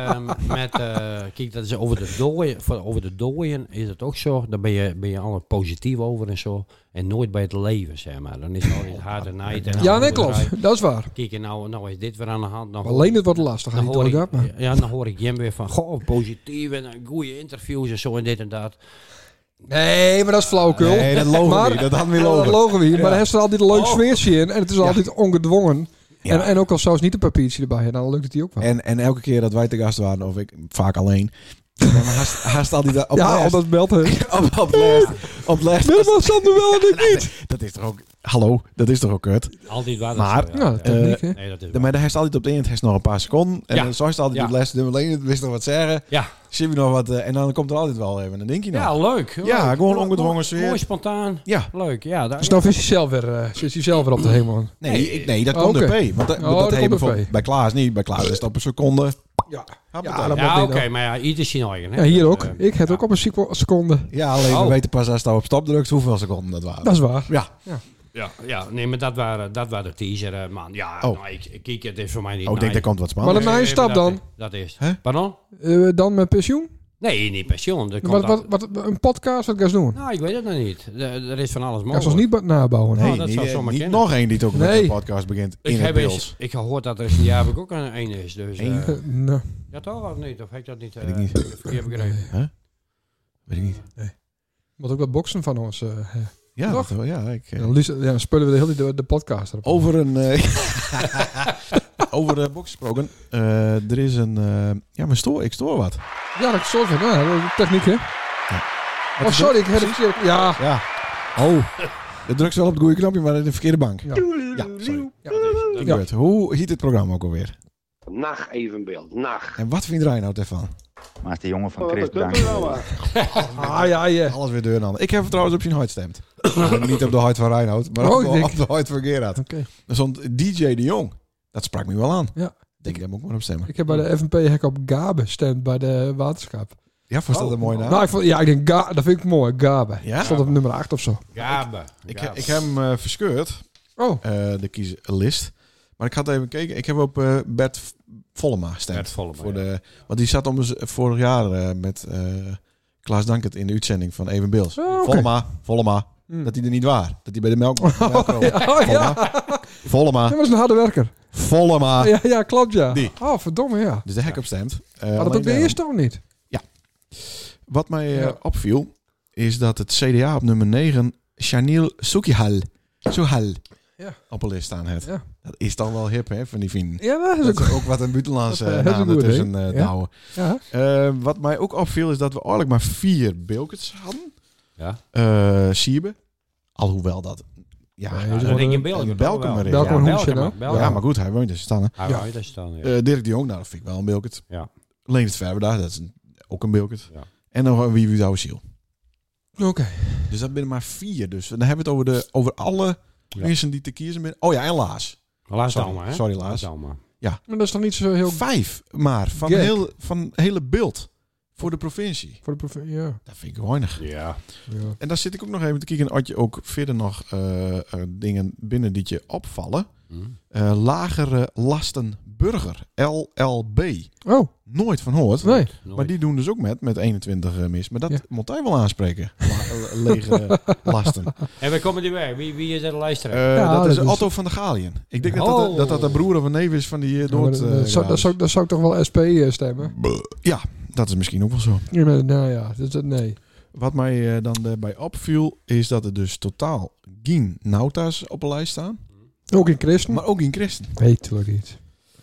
Kijk, dat is over de dooien is het ook zo. Dan ben je allemaal positief over en zo. En nooit bij het leven, zeg maar. Dan is het altijd hard en nijd. Ja, nee, klopt. Dat is waar. Kijk, en nou is dit weer aan de hand. Nou Alleen het wordt lastig. dan Dan hoor ik Jim weer van, goh, positief en goede interviews en zo en dit en dat. Nee, maar dat is flauwekul. Nee, dat logen Maar- we niet. Dat hadden we Dat logen. logen we hier. Maar Ja. er is er altijd een leuk sfeertje in. En het is altijd ongedwongen. Ja. En ook al zelfs niet een papiertje erbij. Dan lukt het die ook wel. En elke keer dat wij te gast waren, of ik vaak alleen, dan haast altijd op Ja, lijst. omdat belt hij. Op lijst. Dat was Sander wel en ik niet. Dat is toch ook... Hallo, dat is toch ook kut? Altijd waar. Maar, Ja, de techniek, hè. nee, dat is waar. Maar daar heeft altijd op de eind nog een paar seconden. En Ja. dan zo is het altijd Ja. op de les. Alleen wist nog wat zeggen. Ja. Zie je nog wat. En dan komt er altijd wel even een dingetje nog. Ja, leuk. Ja, leuk. gewoon ongedwongen sfeer. Mooi spontaan. Ja. Leuk, ja. Dus nou is hij zelf weer, zit hij zelf weer op de hemel. Nee, dat Oh, komt oké. de P. Want dat Oh, dat heeft komt de bijvoorbeeld P. bij Klaas niet. Bij Klaas is het op een seconde. Ja. Ja, dat Ja, moet oké, niet, maar ja, ieder zijn eigen. Hè? Ja, hier ook. Dus, Ik heb ook op een seconde. Ja, alleen we Oh. weten pas als je op stop drukt hoeveel seconden dat waren. Dat is waar. Ja. Ja, nee, maar dat waren de teaser, man. Ja, Oh. nou, ik kijk, het is voor mij niet... Oh, ik denk, daar komt wat spannend. Maar dan een stap dan. Dat is. Hè? Pardon? Dan met pensioen? Nee, niet pensioen. Er komt Wat, een podcast, wat ga je doen? Nou, ik weet het nog niet. Er is van alles Ga mogelijk. je ons niet nabouwen? Nee, Oh, dat zou zomaar niet kennen. nog één die het ook met Nee. de podcast begint in Ik het heb beeld. ik gehoord dat er een jaar ook een is. Dus, Eén? Nee. ja, toch of niet? Of heb ik dat niet, Weet ik niet. verkeerd begrepen? Weet ik niet. Moet ook wat boksen van ons. Ja, Toch? dat wel, ja. Dan spullen we de hele tijd de podcast erop. Over een... over de box gesproken. Er is een... ik stoor wat. Ja, dat is zo van. De techniek, hè? Wat Oh, is sorry, dat? ik heb het verkeerd. Ja. Ja. Oh. Je drukt wel op het goede knopje, maar in de verkeerde bank. Ja. Ja, sorry. Ja. Gebeurt. Hoe heet het programma ook alweer? Nacht evenbeeld. Nacht. En wat vindt Reinoud ervan? Maar is de jongen van Wat Chris een bedankt. kutprogramma. Ja. Alles weer deur en ander. Ik heb trouwens op zijn huid gestemd. Niet op de huid van Reinoud, maar Oh, op de huid van Gerard. Oké. Zo'n DJ de Jong. Dat sprak me wel aan. Ja. Denk ik hem ook maar op stemmen. Ik heb bij de FNP hek op Gabe gestemd bij de waterschap. Ja, vond je dat een mooie naam? Nou, ik denk, dat vind ik mooi, Gabe. Ja? Stond op nummer 8 of zo. Gabe. Ik heb hem verscheurd, Oh, de kieslijst. Maar ik had even gekeken. Ik heb op Bert Vollema gestemd. Bert Vollema, Voor want die zat vorig jaar met Klaas Dankert in de uitzending van Even Beels. Oh, oké. Vollema. Dat hij er niet was. Dat hij bij de melk... ja. Vollema. Dat was een harde werker. Vollema. Ja, klopt, ja. Die. Oh, verdomme, ja. Dus de hek op stemt. Had dat ook de eerste of niet? Wat mij Ja. opviel, is dat het CDA op nummer 9 Shanil Soukihal Ja. op een lijst staan heeft. Ja. Dat is dan wel hip, hè, van die vrienden. Ja, dat is Dat ook... is ook wat een buitenlandse Dat is naam een goed, ertussen hè? Ja. douwen. Ja. Wat mij ook opviel, is dat we eigenlijk maar 4 Bilkets hadden. Ja. Sierbe. Alhoewel dat... Ja, Nee, ja, dat Dat denk je in een België. Belkemer is. Belkemer Ja. hoesje, nou. Ja, maar goed, hij woont dus staan. Hij Ja. wou daar staan, ja. Dirk de Jong, nou, dat vind ik wel een Bilket. Ja. Leen het Verwerda, dat is ook een Bilket. Ja. En nog een Wie Douwe Ziel. Oké. Dus dat binnen maar 4. Dus dan hebben we het over alle mensen die te kiezen zijn. Oh ja, en Laas. Laat Sorry. dan maar, hè. Sorry, Laas. Laat dan maar. Maar dat is toch niet zo heel... 5 maar van Gek. hele beeld voor de provincie. Voor de provincie, ja. Dat vind ik weinig. Ja. En daar zit ik ook nog even te kijken. Had je ook verder nog dingen binnen die je opvallen. Lagere lasten burger. LLB. Oh, Nooit van hoort. nee. Maar die doen dus ook met 21 mis. Maar dat Ja. moet hij wel aanspreken. Legere lasten. En we komen die weg. Wie is er de lijster? Ja, dat is dat is- Otto van der Galien. Ik denk Oh. dat de broer of een neef is van die Noord. Dat zou ik toch wel SP stemmen? Ja, dat is misschien ook wel zo. Ja, maar, nou ja, nee. Wat mij dan daarbij opviel, is dat er dus totaal geen Nautas op de lijst staan. Ook in Christen? Maar ook geen Christen. Nee, natuurlijk niet.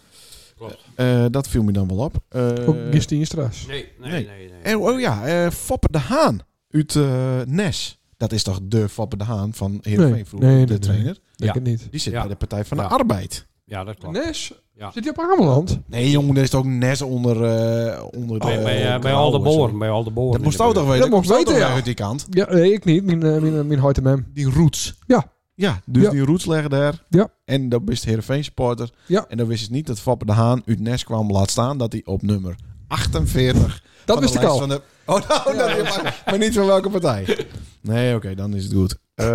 Dat viel me dan wel op. Ook Gistien Straas. Nee. En Foppe de Haan uit Nes. Dat is toch de Foppe de Haan van Heerenveen vroeger, Nee, de trainer. Denk het niet. Die zit Ja. bij de Partij van de Ja. Arbeid. Ja, dat klopt. Nes? Ja. Zit hij op Ameland? Nee, jongen, er is toch ook Nes onder de... Bij al de boren. Bij al de boren. Dat moest ook toch weten. Dat mocht weten, ja. Uit die kant. Ja, nee, ik niet. Mijn hart mem. Die roots. Ja. Ja, dus Ja. die roots leggen daar. Ja. En dan wist Heerenveen supporter. Ja. En dan wist het niet dat Foppe de Haan uit Nes kwam laat staan. Dat hij op nummer 48... Dat van wist de ik lijst al. van de- Oh, nou, maar niet van welke partij. Nee, oké, dan is het goed.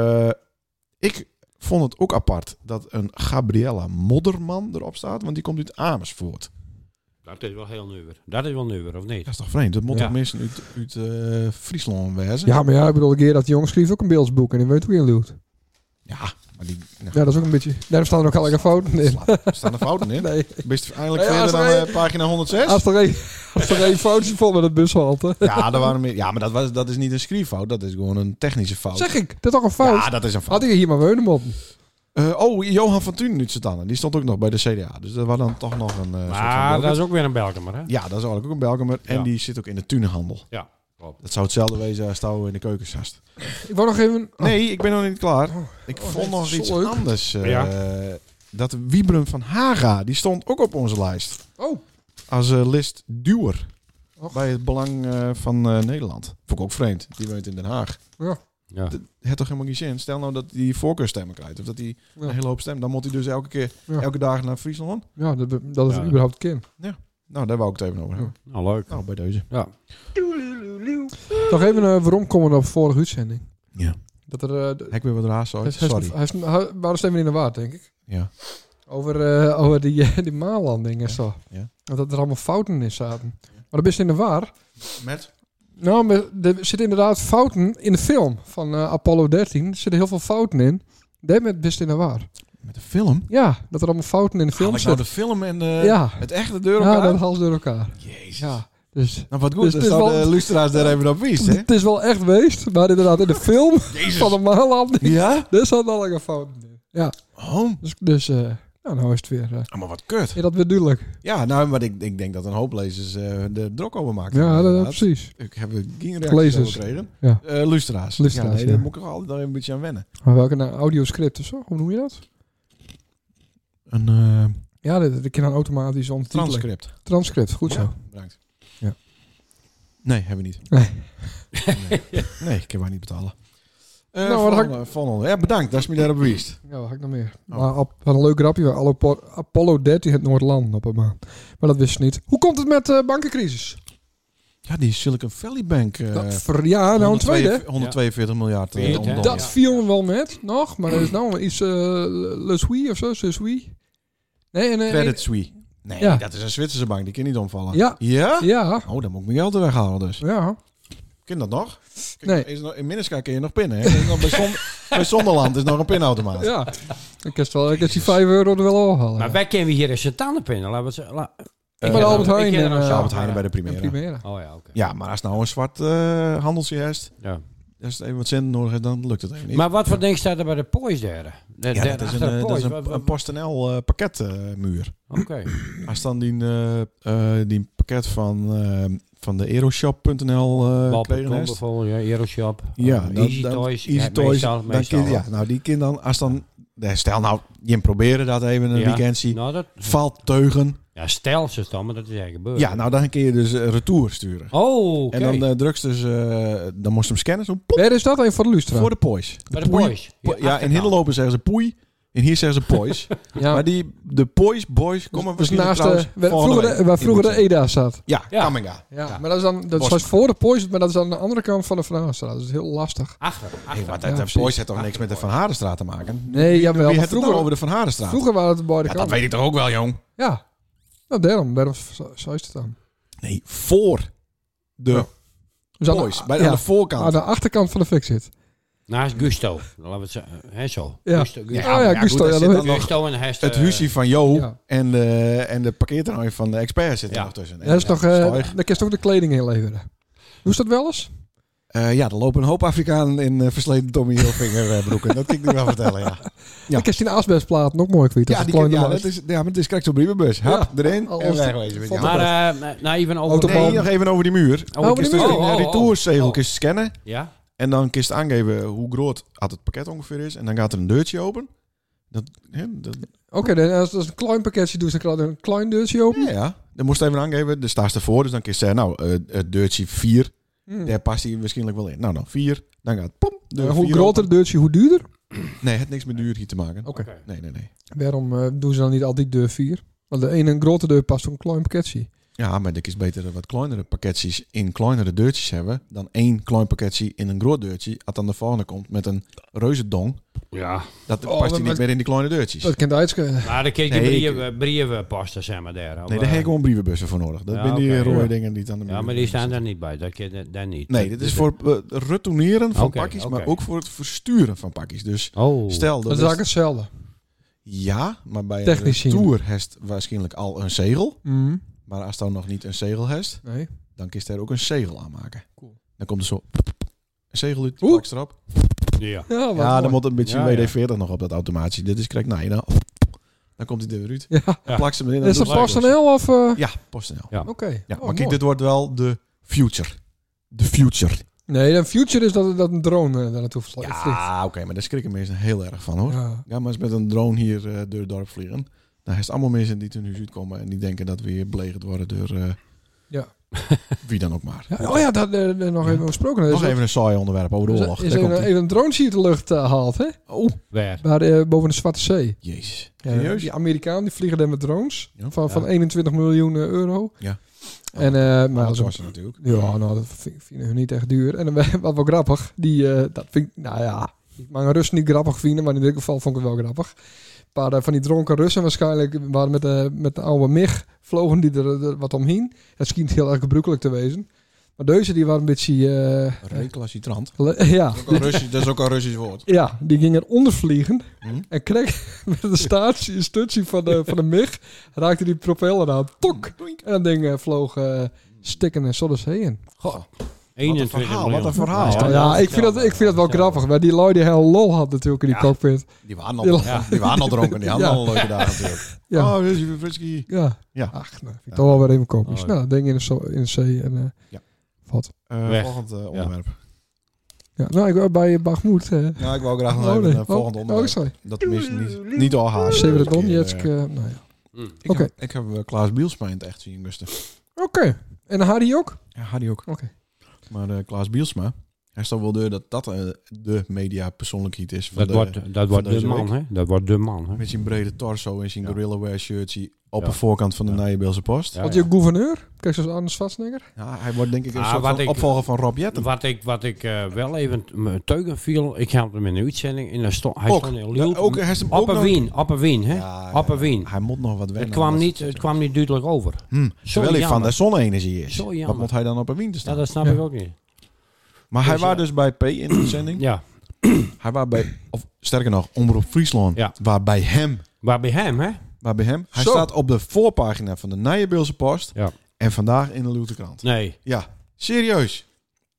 Ik vond het ook apart dat een Gabriella Modderman erop staat. Want die komt uit Amersfoort. Dat is wel heel nieuwer. Dat is wel nieuwer, of niet? Dat is toch vreemd? Dat moet Ja. toch mensen uit Friesland wezen? Ja, maar ja, ik bedoel, een keer dat die jongen schreef ook een beeldsboek en die weet hoe je in loopt. Ja, maar die... Nou, Ja, dat is ook een beetje... Daarom staan er ook allerlei fouten in. staan er fouten in? Nee. Best eigenlijk Ja, verder als er dan pagina 106? Als er één foutje vond met het bushalte. Ja, er waren meer, ja, maar dat is niet een schrijffout. Dat is gewoon een technische fout. Zeg ik, dat is toch een fout? Ja, dat is een fout. Had ik hier maar wonen moeten. Johan van Thun uit Satannen. Die stond ook nog bij de CDA. Dus dat was dan toch nog een soort van Maar Belger. dat is ook weer een Belkemer, hè? Ja, dat is eigenlijk ook een Belkemer. En Ja. die zit ook in de tunenhandel. Ja, klopt. Dat zou hetzelfde wezen als Stouw in de keukensast. Ik wou nog even... Nee, ik ben nog niet klaar. Ik Oh, vond nog zo iets leuk. anders. Ja. Dat Wiebren van Haga, die stond ook op onze lijst. Oh, Als listduwer. Och. Bij het Belang van Nederland. Vond ik ook vreemd. Die woont in Den Haag. ja. Ja. Het heeft toch helemaal geen zin? Stel nou dat hij voorkeurstemmen krijgt. Of dat hij Ja. een hele hoop stemt. Dan moet hij dus Ja. elke dag naar Friesland. Ja, dat is Ja. überhaupt kind. Nou, daar wou ik het even over hebben. Nou, leuk. Nou, bij deze. Ja. Nog even waarom komen we op vorige uitzending? Ja. Dat er... Heb ik weer wat raars uit? hij Sorry. waren stemmen in de waard, denk ik. Ja. Over die maanlanding en zo. Ja. Dat er allemaal fouten in zaten. Maar dat is in de waar. Met? Nou, maar er zitten inderdaad fouten in de film van Apollo 13. Er zitten heel veel fouten in. Daarmee best in de waar. Met de film? Ja, dat er allemaal fouten in de film Haal ik nou zitten. de film en Ja. het echte deur Ja, elkaar? dat haalt door elkaar. Jezus. Ja. Dus Nou, wat goed. Dus Dan het is staan wel- de luisteraars daar even op wies, hè? het is wel echt geweest, maar inderdaad in de film van de maanlanding, Ja? daar zat al een fout in. Ja, Oh, dus nou is het weer... maar wat kut. ja, dat weer duidelijk. Ja, nou, maar ik denk dat een hoop lezers de drok over maken. Ja, dat Inderdaad. precies. Ik heb geen reacties Lezers. over gekregen. Ja. Luisteraars. Luisteraars, ja, nee, ja. daar moet ik altijd nog een beetje aan wennen. Maar welke nou, audioscript of zo? Hoe noem je dat? Een Ja, dat kan dan automatisch ondertiteling. transcript. Transcript, goed zo. Ja, bedankt. Ja. Nee, hebben we niet. Nee. Nee, ik kan maar niet betalen. Nou, wat volgende. Ja, bedankt. Dat is me daarop bewiest. Ja, wat heb ik nog meer? Oh. Maar wat een leuk grapje. Apollo 13 het Noord-Land op een maand. Maar dat wist je niet. Hoe komt het met de bankencrisis? Ja, die Silicon Valley Bank. Ja, nou een tweede. 142 miljard. Weet het, hè? onder- Dat viel me wel met, nog. Maar er is nou iets Le Suisse of zo. Le Suisse. Nee, en, Credit Suisse. Nee, Ja. dat is een Zwitserse bank. Die kan niet omvallen. Ja. Ja? Ja, Oh, dan moet ik mijn geld er weghalen dus. ja. Ken dat nog? Nee. In Minneska kun je nog pinnen. Hè? Bij Zonderland is nog een pinautomaat. Ja. Ik kan die €5 er wel afhalen. Maar wij kennen hier een centanenpinnen. Laten we het zeggen. Bij de Albert Heijn en, Albert Heijn bij de Primera. Primera. Oh ja, oké. Ja, maar als nou een zwart handelsje is, Ja. als het even wat cent nodig is, dan lukt het even niet. Maar wat voor ding staat er bij de Poys daar? ja, dat is een PostNL pakketmuur. Oké. Als dan die pakket van de Aeroshop.nl kregen heeft. bijvoorbeeld, ja, Aeroshop. Ja, Easy Toys. Easy Ja, Toys. meestal, Dan kun- ja, nou die kind dan, als dan, stel nou, je proberen dat even een Ja. weekendje, Nou, dat, valt teugen. ja, stel ze het dan, maar dat is eigenlijk gebeurd. Ja, nou dan kun je dus retour sturen. Oh, oké. En dan drukst dus, dan moest je hem scannen, zo plop, Waar is dat? Een voor de Lustra? voor de pois. Bij de Boys. Ja, in Hinderlopen zeggen ze poei, en hier zeggen ze pois. Ja. Maar de boys komen Dus waarschijnlijk naast trouwens volgende week. waar vroeger de Die moeten- EDA zat. Ja, Ja. Kamminga. Ja, Ja. maar dat is dan dat is Bosma. voor de Poys, maar dat is aan de andere kant van de Verhaanstraat. Dat is heel lastig. Achter. Hey, maar Ja, de precies. boys heeft toch niks met de Van Harenstraat te maken? Nee, jawel. Wie Maar heeft het vroeger, dan over de Van Harenstraat? vroeger waren het beide Ja, dat kanten. weet ik toch ook wel, jong? Ja. Nou, daarom zo is het dan. Nee, voor de Dus aan boys. de, Bij ja, aan de voorkant. aan de achterkant van de fik zit. Naast Gusto. Laten we het zeggen. Hè, zo. Ja. Gusto. Oh ja, maar Gusto, daar ja, zit dat dan weet nog Gusto en Hest. het huisje van Jo Ja. en de parkeerterrein van de expert zit er Ja. nog tussen. Dat is toch, Stoig. daar kun je ook de kleding in leveren. Doe je dat wel eens? Ja, er lopen een hoop Afrikanen in versleten Tommy Hilfiger broeken. Dat kan ik nu wel vertellen, ja. Ja. Ik heb die asbestplaten ook mooi kwijt. Ja, dat is maar het is correct zo'n brievenbus. Hap, erin alles en wegwezen. met die foto. hand. Maar nou even over... Autobahn. Nee, nog even over die muur. Over Je die kunt dus muur. een retourzegel kun je scannen. Ja? En dan kun je aangeven hoe groot het pakket ongeveer is. En dan gaat er een deurtje open. Oké, dan als het een klein pakketje doet, dan krijg je een klein deurtje open. Ja. Dan moest je even aangeven. Er staat ervoor. Dus dan kun je zeggen, nou, het deurtje 4. Daar past hij waarschijnlijk wel in. Nou, dan 4. Dan gaat pom, deur Hoe 4 groter open. het deurtje, hoe duurder. Nee, het heeft niks met duur hier te maken. Oké. Nee. Waarom doen ze dan niet altijd deur 4? Want de ene grote deur past op een klein pakketje. Ja, maar ik is beter wat kleinere pakketjes in kleinere deurtjes hebben dan één klein pakketje in een groot deurtje. Als dan de volgende komt met een reuzendong, Ja. dat Oh, past hij maar- niet meer in die kleine deurtjes. Dat kan het Maar dan kijk je Nee, brievenposten, zeg maar, daar. Nee, daar heb je gewoon brievenbussen voor nodig. Dat Ja, zijn die oké. rode Ja. dingen die aan de Ja, muur maar die staan zitten. daar niet bij. Dat kun je daar niet. Nee, dit is voor retourneren van Oké, pakjes, oké. maar ook voor het versturen van pakjes. Dus Oh. stel Dat dat is eigenlijk hetzelfde. ja, maar bij Technisch een zien. retour heeft waarschijnlijk al een zegel. Mhm. Maar als dan nog niet een zegel heeft, Nee. dan kun je er ook een zegel aan maken. Cool. Dan komt er zo een zegel uit, Oeh. plakt erop. Ja. Ja, wat Ja, mooi. dan moet een beetje Ja, WD-40 nog op dat automaatje. Dit is correct. Nee, dan komt hij er weer uit. Ja. Dan plakt ze hem erin. Is dat dan doet ze PostNL of... Ja, PostNL. Ja. Oké. Ja, Oh, maar kijk, mooi. dit wordt wel de future. De future. Nee, een future is dat een drone daar naartoe vliegt. Ja, oké, maar daar schrik ik meestal heel erg van, hoor. Ja. Ja, maar eens met een drone hier door het dorp vliegen. Dan heeft allemaal mensen die ten huis uitkomen en die denken dat we hier belegerd worden door Ja. wie dan ook maar. Ja, oh ja, dat nog even besproken. Nog even een saai onderwerp over de oorlog. Is Daar komt even een drone die de lucht haalt, hè? Oh, Waar? Daar boven de Zwarte Zee. jezus. Ja, Serieus? die Amerikanen die vliegen daar met drones Ja. van 21 miljoen euro. Ja. En, Maar maar dat dat was het natuurlijk. ja, nou, dat vinden we niet echt duur. En wat wel grappig, dat vind ik, nou ja, ik mag een Rus niet grappig vinden, maar in dit geval vond ik het wel grappig. Een paar van die dronken Russen waarschijnlijk waren met de oude MIG vlogen die er wat omheen. Het schijnt heel erg gebruikelijk te wezen. Maar deze die waren een beetje... Recalcitrant. ja, Dat is ook een Russisch woord. ja, die gingen ondervliegen. Hm? En kreeg met een staartje, een stutje van de MIG, raakte die propeller aan. Tok! En dat ding vloog stikken en zo dus heen. Goh, 21 verhaal, miljoen. wat een verhaal. Ja, ik vind dat wel grappig. Maar die lui die heel lol had natuurlijk in die cockpit. Die waren al dronken. Die hadden Ja. al een leuke dag natuurlijk. Ja. Oh, dit is weer frisky. Ja. Ja. Ach, nou, vind ik toch wel weer even komisch. Oh, Nou, dat ding in de zee en Ja. wat. Weg. Volgend onderwerp. Ja, nou, ik was bij Bagmoed. Ja, ik wou graag nog even volgend onderwerp. sorry. Dat tenminste niet al haast. Severodonetsk. Nou ja. Oké. Ik heb Klaas Bielsma in het echt zien, Gusten. Oké. En Harry ook? Ja, had hij ook. Oké. Maar Klaas Bielsma, hij stelt wel deur dat de mediapersoonlijkheid is. Van Dat wordt deze de man, week. hè? Dat wordt de man, hè? Met zijn brede torso en zijn Ja. gorilla wear shirtje op Ja. de voorkant van de Ja. Nijenbeelse Post. Ja, Wat ja. je gouverneur? Kijk, zoals Arne Schwarzenegger. Ja, hij wordt denk ik een Ah, soort wat van ik- opvolger van Rob Jetten. Wat ik wel even me teugen viel, ik had hem in een uitzending en hij stond in Leeuwarden. Hij is hem ook nog... Op een wien, hè? Ja, Op een wien. Hij moet nog wat wennen. Het kwam niet duidelijk over. Terwijl hij van jammer. de zonne-energie is. Zo Wat jammer. moet hij dan op een wien te Ja, staan? dat snap Ja. ik ook niet. Maar hij Dus, was ja. dus bij P in de zending. Ja, Hij was bij, of sterker nog, Omroep Friesland. Ja. Waar bij hem. maar bij hem, hè? Hij Zo. staat op de voorpagina van de Nijenbeelse Post. Ja. En vandaag in de Luwtekrant. Nee. Ja, serieus.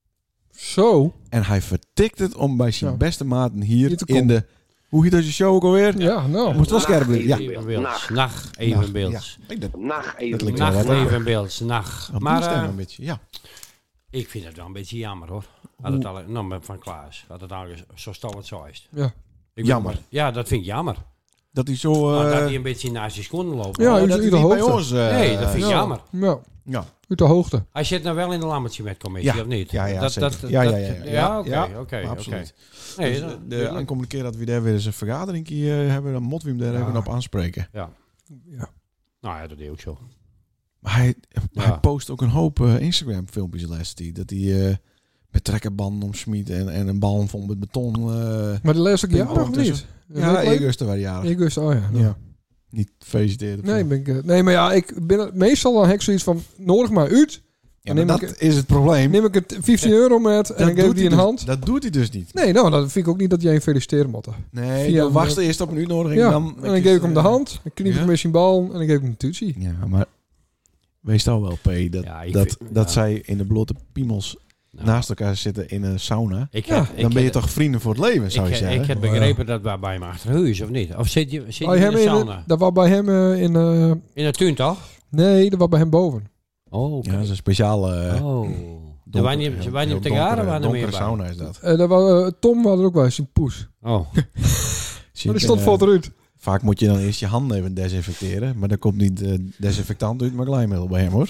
Zo. En hij vertikt het om bij zijn Ja. beste maten Hier hier te in komen. de... Hoe heet deze show ook alweer? Ja, nou. Moest wel scherp blijven. Ja. Evenbeelds. Nacht, evenbeelds. Ja. Dat Nacht Dat even. klinkt Nacht. wel Nacht, wat. evenbeelds. Nacht. maar Maar een beetje. Ja. ik vind het wel een beetje jammer, hoor. Had het al, nou, met Van Klaas. Had het al zo stom het zo is. Ja. Jammer. Ja, dat vind ik jammer. Dat hij zo... Maar dat hij een beetje naast je schoenen loopt. Ja, dat uit hij de niet bij hoogte. ons... Nee, dat vind ik Ja. jammer. Ja, Ja. uit de hoogte. Hij zit nou wel in de lammetje met commissie, Ja. of niet? Ja, zeker. Ja, Oké. absoluut. Nee, Dus dat- de aankomende keer dat we daar weer eens een vergadering hebben, dan moeten we hem daar Ja. even op aanspreken. Ja. Nou ja, dat deed ik zo. Maar hij Ja. post ook een hoop Instagram-filmpjes de laatste tijd. Dat hij met trekkerbanden omsmiet en een bal vol met beton. Maar de les ook Pingpong jarig of niet? tussen. Ja, Egerste waren jarig. August, oh ja. Nou. Ja. Niet gefeliciteerd. of Nee, zo. ben ik, nee, maar ja, ik ben meestal dan heb ik zoiets van, nodig maar uit. Ja, neem maar ik- dat is het probleem. Neem ik het 15 euro met en dan geef ik die in dus, hand. Dat doet hij dus niet. Nee, nou, dan vind ik ook niet dat jij een feliciteren moet. Nee, Via dan wacht een- eerst op een uitnodiging. Ja, Dan, en dan geef ik hem de hand, dan kniep ik ja? hem in zijn bal en dan geef ik hem een tutsie. Ja, maar wees al wel, P, dat, Ja, ik dat, vind- dat ja. zij in de blote piemels Nou, naast elkaar zitten in een sauna. Ik Ja, heb, Dan ben je toch vrienden voor het leven, zou je zeggen? Ik heb begrepen dat wij bij hem achter huis, of niet? Of zit je Bij in hem de sauna? dat was bij hem in... In de tuin, toch? nee, dat was bij hem boven. Oh, oké. Ja, dat is een speciale... Oh. Ze waren niet op de garen, waren er meer donkere bij. sauna is dat. Dat was, Tom was er ook bij, zijn poes. Oh. Maar die stond vol eruit. Vaak moet je dan eerst je handen even desinfecteren. Maar dan komt niet desinfectant uit, maar glijmiddel bij hem, hoor.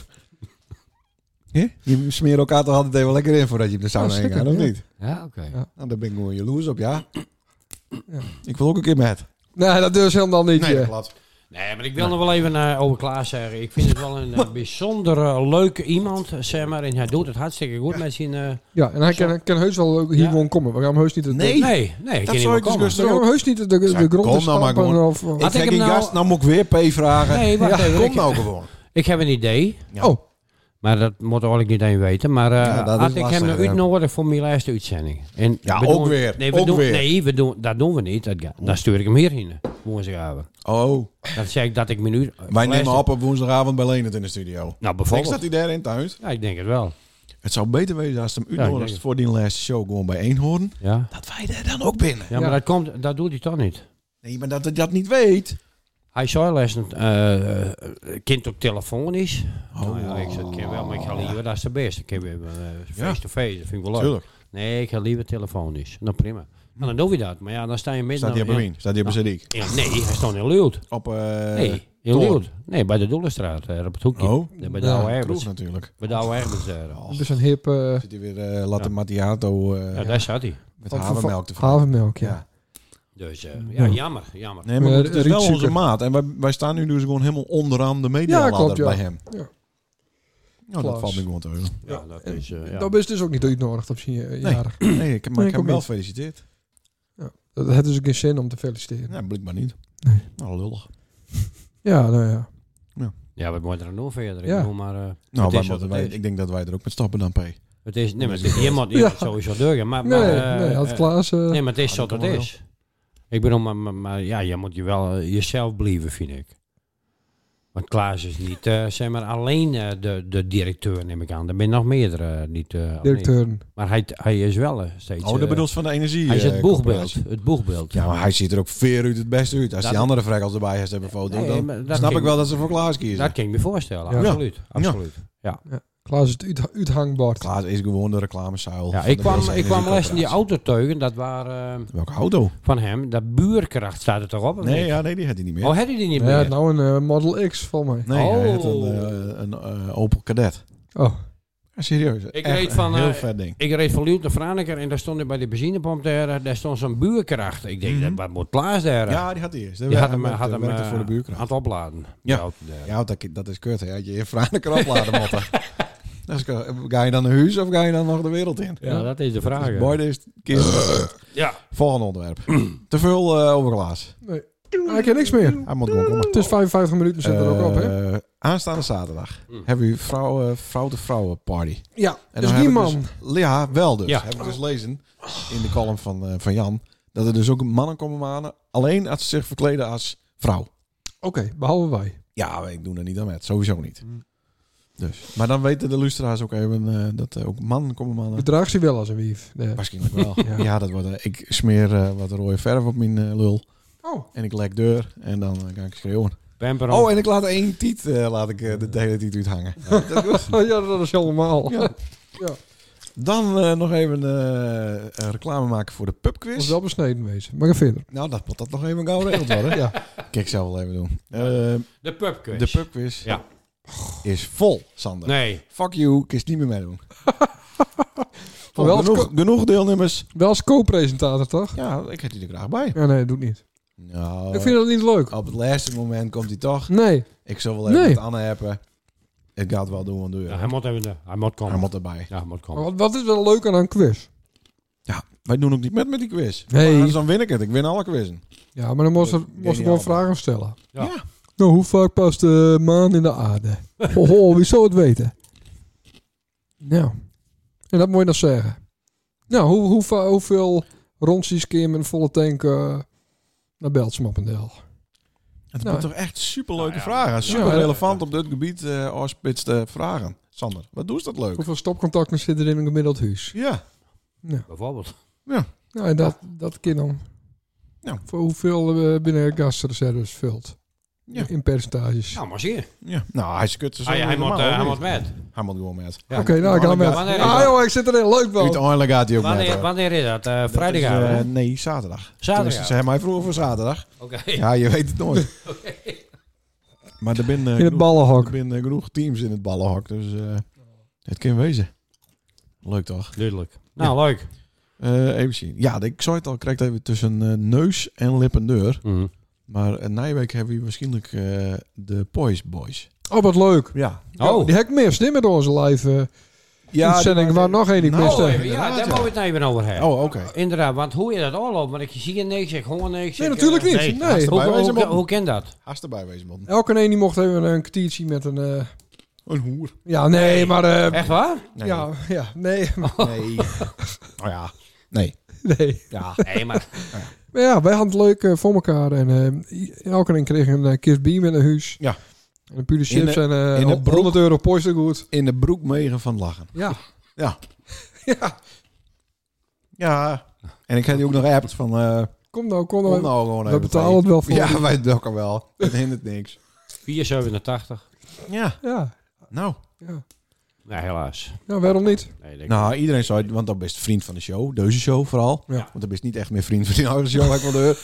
Ja? Je smeert elkaar toch altijd even lekker in voordat je op de sauna heen zeker, gaat, of ja. niet? Ja, oké. Ja. Nou, daar ben ik gewoon jaloers op, ja. Ja. Ik wil ook een keer met. Nee, dat dus helemaal niet. Nee, dat klopt. Nee, maar ik wil nog wel even over Klaas zeggen. Ik vind het wel een bijzonder leuke iemand, zeg maar. En hij doet het hartstikke goed met zijn... Ja, en hij kan heus wel ook hier Ja. gewoon komen. We gaan hem heus niet... Nee. Nee, ik Dat kan niet zou meer ik dus komen. Gusto We gaan hem heus niet de grond kom nou maar stampen gewoon. of... Ik Had heb ik geen hem nou- gast, nou moet ik weer P vragen. Nee, wacht even. Kom nou gewoon. Ik heb een idee. Ja. Oh, Maar dat moet eigenlijk niet één weten. Maar Ja, dat had is ik lastig, hem hè. uitnodigd voor mijn laatste uitzending. En Ja, we ook doen- weer. Nee, we Ook doen, weer. nee dat doen we niet. Dan stuur ik hem hierheen. Woensdagavond. Oh, Dan zeg ik dat ik me nu... wij nemen op woensdagavond bij Leendert in de studio. Nou, Ik staat bijvoorbeeld. hij daar in thuis. Ja, ik denk het wel. Het zou beter wezen als hem ik denk uitnodigt het. voor die laatste show gewoon bij Eenhoorn. Ja, Dat wij daar dan ook binnen. ja maar dat doet hij toch niet. Nee, maar dat hij dat niet weet. Hij zei les kind ook telefonisch. Nou ja, ik zei, ik ken wel, maar ik ga liever, dat is de beste. Ik ken weer face-to-face, dat vind ik wel leuk. Tuurlijk. Nee, ik ga liever telefonisch. Nou, prima. Maar dan doe je dat. Maar ja, dan sta je midden... Staat hij op Wien? Staat hij op Zedik? Ja, nee, hij stond in Leeuwarden. Op Nee, in Toorn. Leeuwarden. Nee, bij de Doelenstraat, op het hoekje. Oh. Bij de Ja, oude Kroeg Herberts. natuurlijk. Bij de oude Herberts. dat is een hip... Zit hij weer latte macchiato Ja, daar zat hij. met havermelk te vullen. Havermelk, ja. Ja. Dus ja, jammer. Nee, maar Ja, goed, het is wel rietsuiker. onze maat. En wij staan nu dus gewoon helemaal onderaan de media klopt, ja. bij hem. Ja. Nou, dat Klaas. valt me gewoon te heugen. Ja, dat is... ja. Dat is dus ook niet uitgenodigd op zijn jarig. Nee, maar Nee, ik heb ik hem ook wel niet. gefeliciteerd. Dat heeft dus ook geen zin om te feliciteren. Ja, blijkbaar niet. Nee. Nou, lullig. Ja, nou ja. Ja, we moeten er nog verder. Ja. Ik bedoel, maar... Nou, het wij is wat moeten het is. ik denk dat wij er ook met stappen dan, P. Het is... Nee, maar je moet Ja. sowieso durven. Maar, Nee, maar, nee, had Klaas... nee, maar het is Ah, zo dat dat kan is. Ik bedoel, maar ja, je moet je wel jezelf blijven, vind ik. Want Klaas is niet, zeg maar, alleen de directeur, neem ik aan. Er zijn nog meerdere niet. Directeuren. Maar hij is wel steeds... Oh, dat bedoelt van de energie. hij is het boegbeeld. corporatie. Het boegbeeld. Ja, maar hij ziet er ook ver uit het beste uit. Als Dat- die andere frekkels erbij heeft hebben foto, Nee, maar dan dat snap ging- ik wel dat ze voor Klaas kiezen. Dat kan ik me voorstellen. Ja. Absoluut. Absoluut. Ja. Klaas is het uithangbord. Klaas is gewoon de reclamezuil. Ja, van ik de kwam Beelse lessen die Energiecorporatie. autoteugen. Dat waren Welke auto? van hem. Dat buurkracht staat er toch op? of Nee, niet? ja, nee, die had hij niet meer. Oh, had hij die niet Hij had meer? nou een Model X, volgens mij. Nee, hij had Oh. een Opel Kadett. Oh, Ja, serieus. Ik Echt reed van, een heel eh, vet ding. Ik reed van Leeuwen naar Franeker en daar stond ik bij de benzinepomp daar stond zo'n buurkracht. Ik denk, Mhm. wat moet Klaas daar? Ja, die had hij eerst. die had hem, werkte voor de aan buurkracht. het opladen. Ja. Die auto daar. Ja, dat is kut. Hè. Had je je Franeker opladen moeten. Dus ga je dan naar huis of ga je dan nog de wereld in? Ja, dat is de vraag. Dus hè. Boy, dit is Ja. volgende onderwerp. Te veel over Klaas. nee. Hij kan niks meer. Hij moet gewoon komen. Het is 55 minuten, zit er ook op, hè? Aanstaande zaterdag hebben we vrouw-te-vrouwen party. Ja, En dus dan die hebben we man. Dus, ja, wel dus. Ja. Heb ik dus lezen in de column van Jan. Dat er dus ook mannen komen manen. Alleen als ze zich verkleden als vrouw. Oké, behalve wij. Ja, ik doe er niet aan met. Sowieso niet. Dus. Maar dan weten de luisteraars ook even dat ook mannen komen manen. Bedraagt hij wel als een wief. Nee. Waarschijnlijk wel. Ja. Ja, dat wordt. Ik smeer wat rode verf op mijn lul. Oh, En ik lek deur. En dan ga ik schreeuwen. Pamper Oh, en ik laat één tiet de hele tiet uithangen. Dat is goed. ja, dat is helemaal. Ja. Ja. Dan nog even reclame maken voor de Moet pubquiz. wel besneden wezen. Maar ga verder. Nou, dat moet dat nog even gauw geregeld worden. Ja. Kijk, ik zou wel even doen. de pubquiz. De pubquiz Ja. is vol, Sander. Nee. Fuck you, ik is niet meer meedoen. Wel als Genoeg deelnemers. Wel als co-presentator, toch? Ja, ik heb die er graag bij. Ja, nee, dat doet niet. Nou, Ik vind dat niet leuk. op het laatste moment komt hij toch. Nee. Ik zal wel even Nee. met Anne hebben. Het gaat wel doen, want Ja, hij moet even, hij moet komen. hij moet erbij. Ja, hij moet Maar komen. wat is wel leuk aan een quiz? Ja, wij doen ook niet met die quiz. Nee. Maar dan win ik het. Ik win alle quizzen. Ja, maar dan moest er Geniaal. gewoon vragen stellen. Ja. Ja. Nou, hoe vaak past de maan in de aarde? Hoho, wie zou het weten? Nou, en dat moet je dan zeggen. Nou, hoeveel rondjes kun je met een volle tank naar Beltsmappendel? Het Nou, zijn toch echt superleuke nou ja, vragen. Super ja. relevant op dit gebied afspitste vragen. Sander, wat doe je dat leuk? Hoeveel stopcontacten zitten er in een gemiddeld huis? Ja. Bijvoorbeeld. Nou, en dat kan dan. Ja. Voor hoeveel binnen gasreserves vult? Ja. In percentages. Nou, maar zie je. Ja. Nou, hij skut er zo Hij helemaal moet niet. met. Hij moet gewoon met. Ja. Oké, nou, ik ga met. Wanneer is Ah dat? joh, ik zit erin. Leuk wel. Uiteindelijk gaat hij ook met. Wanneer, hoor. wanneer is dat? Dat Vrijdagavond? is, nee, zaterdag. Zaterdag. Ze hebben mij vroeger voor zaterdag. Oké. Ja, je weet het nooit. Maar er binnen In het ballenhok. Er binnen genoeg teams in het ballenhok. Dus het kan wezen. Leuk toch? Duidelijk. Nou, leuk. Even zien. Ja, ik zei het al. Ik krijg het even tussen neus en lip en deur. Mhm. Maar na je week hebben we waarschijnlijk de Poise Boys. Oh, wat leuk. Ja. Oh. Die heb ik mis, niet met onze live uitzending. Waar nog één die ik Nou, miste. Oh, ja, daar moeten we het nou even over hebben. Oh, oké. Inderdaad, want hoe je dat al loopt, maar ik zie niks, ik hoor niks. Nee, ik, natuurlijk niet. nee, Nee. haast erbij. Hoe kent dat? Haast erbij wezen, man. Elke een die mocht even een kwartiertje met een... Een hoer. ja, nee, maar... Echt waar? Nee. Ja, nee. Nee. Oh ja. Nee. Nee. Ja. Nee, maar... Maar ja, wij hadden het leuk voor elkaar. En elke een kreeg een kist bier met een huis. Ja. En een puur chips In en de broek. 100 euro poistergoed. In de broek megen van lachen. Ja. Ja. Ja. Ja. En ik heb die ook nog apps van... Kom nou. kom nou gewoon We even. betalen het wel voor. Ja, wij dokken wel. Het hindert niks. 4,87. Ja. Ja. Nou. Ja. Nee, helaas. Ja, waarom niet? Nee, denk Nou, iedereen zou... Want dat best vriend van de show. Deze show vooral. Ja. Want dat is niet echt meer vriend van die oude show. Ik wel de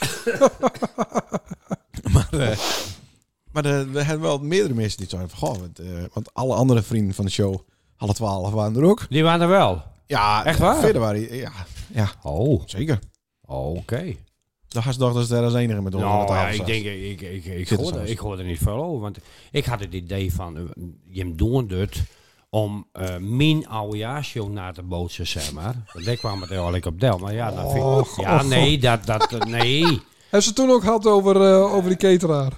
maar we hebben wel meerdere mensen die zeiden van... Goh, want alle andere vrienden van de show... Alle 12 waren er ook. Die waren er wel. Ja, Echt waar? Verder waren die... Ja, Oh, zeker. oké. De gastdag is daar als enige met ons aan Nou, tafel ja, ik zat. denk, ik hoor er niet veel over. Want ik had het idee van, je hem doen dit om mijn oudejaarshow naar te bootsen, zeg maar. Want daar kwam het eigenlijk op del. Maar ja, dat vind ik... Ja, nee, nee. Hebben ze toen ook gehad over die cateraar?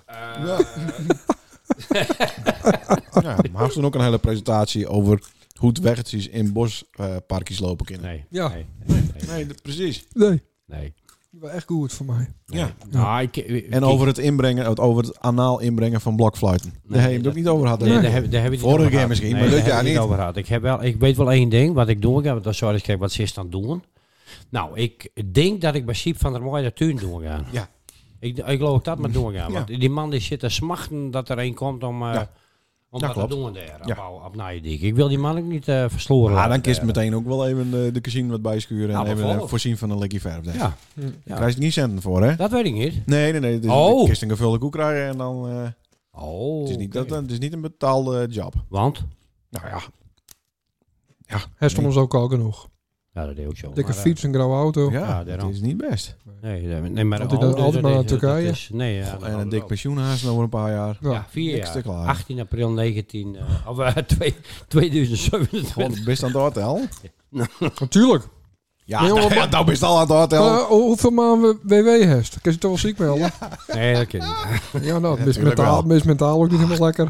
Ja, maar had ze toen ook een hele presentatie over hoe het weg is in bosparkjes lopen kunnen. Nee. Ja. Nee. Nee, precies. Nee. Nee. Die was echt goed voor mij. Ja. Nou, En over het anaal inbrengen van blokfluiten. Daar heb je het ook niet over gehad. Nee, daar heb je het niet Vorige over keer gehad. misschien, Nee, maar daar dit heb jaar ik het niet. over gehad. Ik weet wel één ding wat ik doe. Ik heb het sorry, kijk wat ze is aan het doen. Nou, ik denk dat ik bij Siep van der Mooij de tuin doorgaan. Ja. Ik geloof dat maar doorgaan. Ja. Want die man die zit te smachten dat er een komt om wat te klopt. doen daar Ja. op Nijendiek. Ik wil die man ook niet versloren Ja, laten dan kiest daar. meteen ook wel even de casino wat bijschuren en Nou, even bijvoorbeeld. voorzien van een lekkie verf. Daar Ja, krijg je niet centen voor, hè? dat weet ik niet. Nee. Dus Oh. je kist een gevulde koek krijgen en dan... Oh, het, is niet oké. het is niet een betaalde job. Want? Nou ja. Hij stond ons ook al genoeg. Ja, dat deed ook zo. Dikke Maar, fiets, een grauwe auto. Ja, daarom. dat is niet best. Nee, maar Want hij dan altijd maar naar Turkije? Nee, ja. En dat een hadden dik we ook. pensioenhaas over een paar jaar. Ja, 4 Niks te jaar. klaar. 18 april 2027. Gewoon best aan het hotel. Natuurlijk. Ja, Nee, jongen, nou best al aan het hotel. Maar hoeveel maanden WW heeft? Kun je het toch wel ziek melden? Nee, dat ken ik niet. Ja, nou, het is Natuurlijk mentaal, wel. is mentaal ook niet helemaal lekker.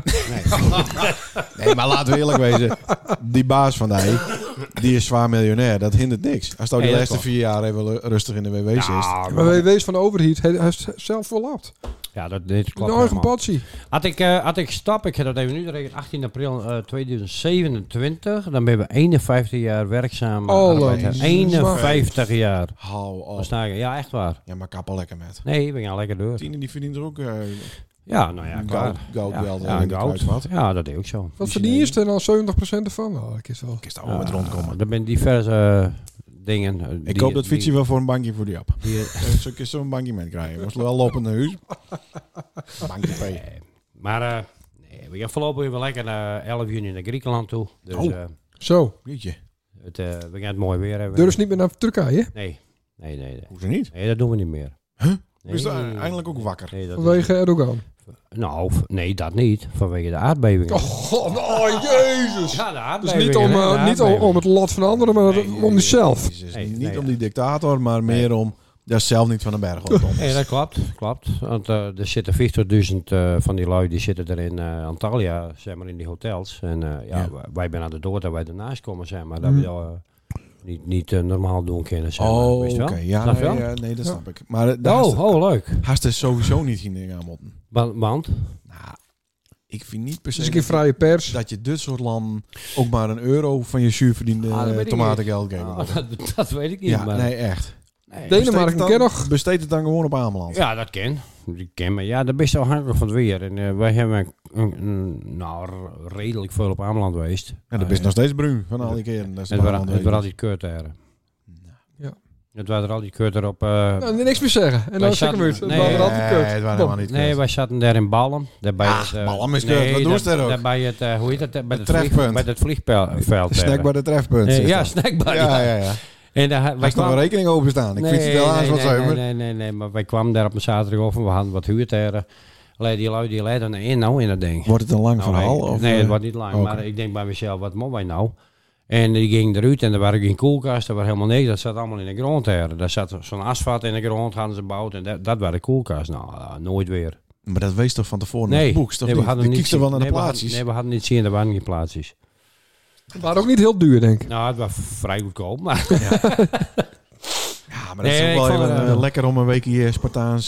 Nee, maar laten we eerlijk wezen. Die baas van die, die is zwaar miljonair. Dat hindert niks. Als hij Nee, de dat laatste 4 jaar even rustig in de WW zit. Ja, Maar WW is van de overheid. Hij is zelf verlapt. ja, dat dit Een klopt eigen helemaal. patsie. Had ik stap, ik heb dat even nu gerekend, 18 april 2027, dan ben we 51 jaar werkzaam. Oh, 51 jaar. Hou op. Wat sta je? Ja, echt waar. Ja, maar kap al lekker met. Nee, we gaan lekker door. Tine die verdient er ook Ja, nou ja, klaar. goudgeld Ja, in de goud. kruidvat. Ja, dat deed ik zo. Wat verdien je er dan 70% ervan? Nou, dat is wel. Kist daar wel met rondkomen. Er zijn diverse dingen. Ik hoop dat fietsje wel voor een bankje voor die app. die- Zo kun je zo'n bankje met krijgen. Moest wel lopen naar huis. Bankje P. Maar nee, we gaan voorlopig weer lekker naar 11 juni naar Griekenland toe. Dus Oh. Zo. Jeetje. we gaan het mooi weer hebben. Dus niet meer naar Turkije? Nee, Hoezo niet? nee, dat doen we niet meer. Huh? Nee, Is daar eindelijk ook wakker? Nee, dat Vanwege Erdogan. nou, nee, dat niet. Vanwege de aardbeving. Oh, God, oh jezus. Ja, de Dus aardbeving. niet om, om het lot van anderen, maar om jezelf. Nee, niet nee, om die dictator, maar meer om daar zelf niet van de berg op. Nee, dat klopt. Want er zitten 40.000 van die lui, die zitten er in Antalya, zeg maar, in die hotels. En Ja. wij zijn aan de dood dat wij ernaast komen, zeg maar. Dat we dat niet normaal doen kunnen, zeg maar. Oh, Weet je oké. wel? Ja, Snap je nee, wel? nee, dat snap ik. Maar daar leuk. haast er sowieso niet geen ding aan moeten. Want? Nou, ik vind niet per se Dus een keer vrije pers. dat je dit soort landen ook maar €1 van je zuurverdiende Ah, dat weet ik tomatengeld geven. Ah, dat weet ik niet. Ja, maar, nee, echt. nee. Denemarken ken nog. Besteed het dan gewoon op Ameland. Ja, dat ken. Die ken maar ja, dat is afhankelijk van het weer. En wij hebben redelijk veel op Ameland geweest. En dat is nog steeds bruin van al die keren. Dat is Het nog waren wel een altijd keurteren. Ja. Het waren er al die keuter op. Nou, niks meer zeggen. En wij dan zeggen we het. zaten- Het waren nee, er altijd kut. het waren Bom. helemaal niet Nee, kut. wij zaten daar in Ballen. Daarbij Ballen is kut. Wat doen ze daar ook? Daarbij het, hoe heet dat? Bij het trefpunt. bij het vliegveld. Snack bij de trefpunt. zit ja, dat. snackbar. Ja, ja, ja. En daar, Wij wij nog een rekening openstaan. Ik fiets het wel aan, wat zuiver. nee, maar wij kwamen daar op een zaterdag we hadden wat huurteren. Alleen die lui die leiden in dat ding. Wordt het een lang Nou, verhaal? nee, Of, nee, het wordt niet lang. oké. Maar ik denk bij mezelf, wat moeten wij nou? En die ging eruit en er waren geen koelkast, er was helemaal niks. Dat zat allemaal in de grond. Daar zat zo'n asfalt in de grond, hadden ze gebouwd. En dat waren de koelkast. Nou, nooit weer. Maar dat wees toch van tevoren Nee, nog boeks, toch nee, niet? we hadden Je niet kiest er wel naar de nee, we plaatsjes. hadden- Nee, we hadden niet zien, er waren geen plaatsjes. Het waren ook niet heel duur, denk ik. Nou, het was vrij goedkoop, maar... Ja, maar dat Nee, is ook ik wel vond even het, lekker om een weekje Spartaans...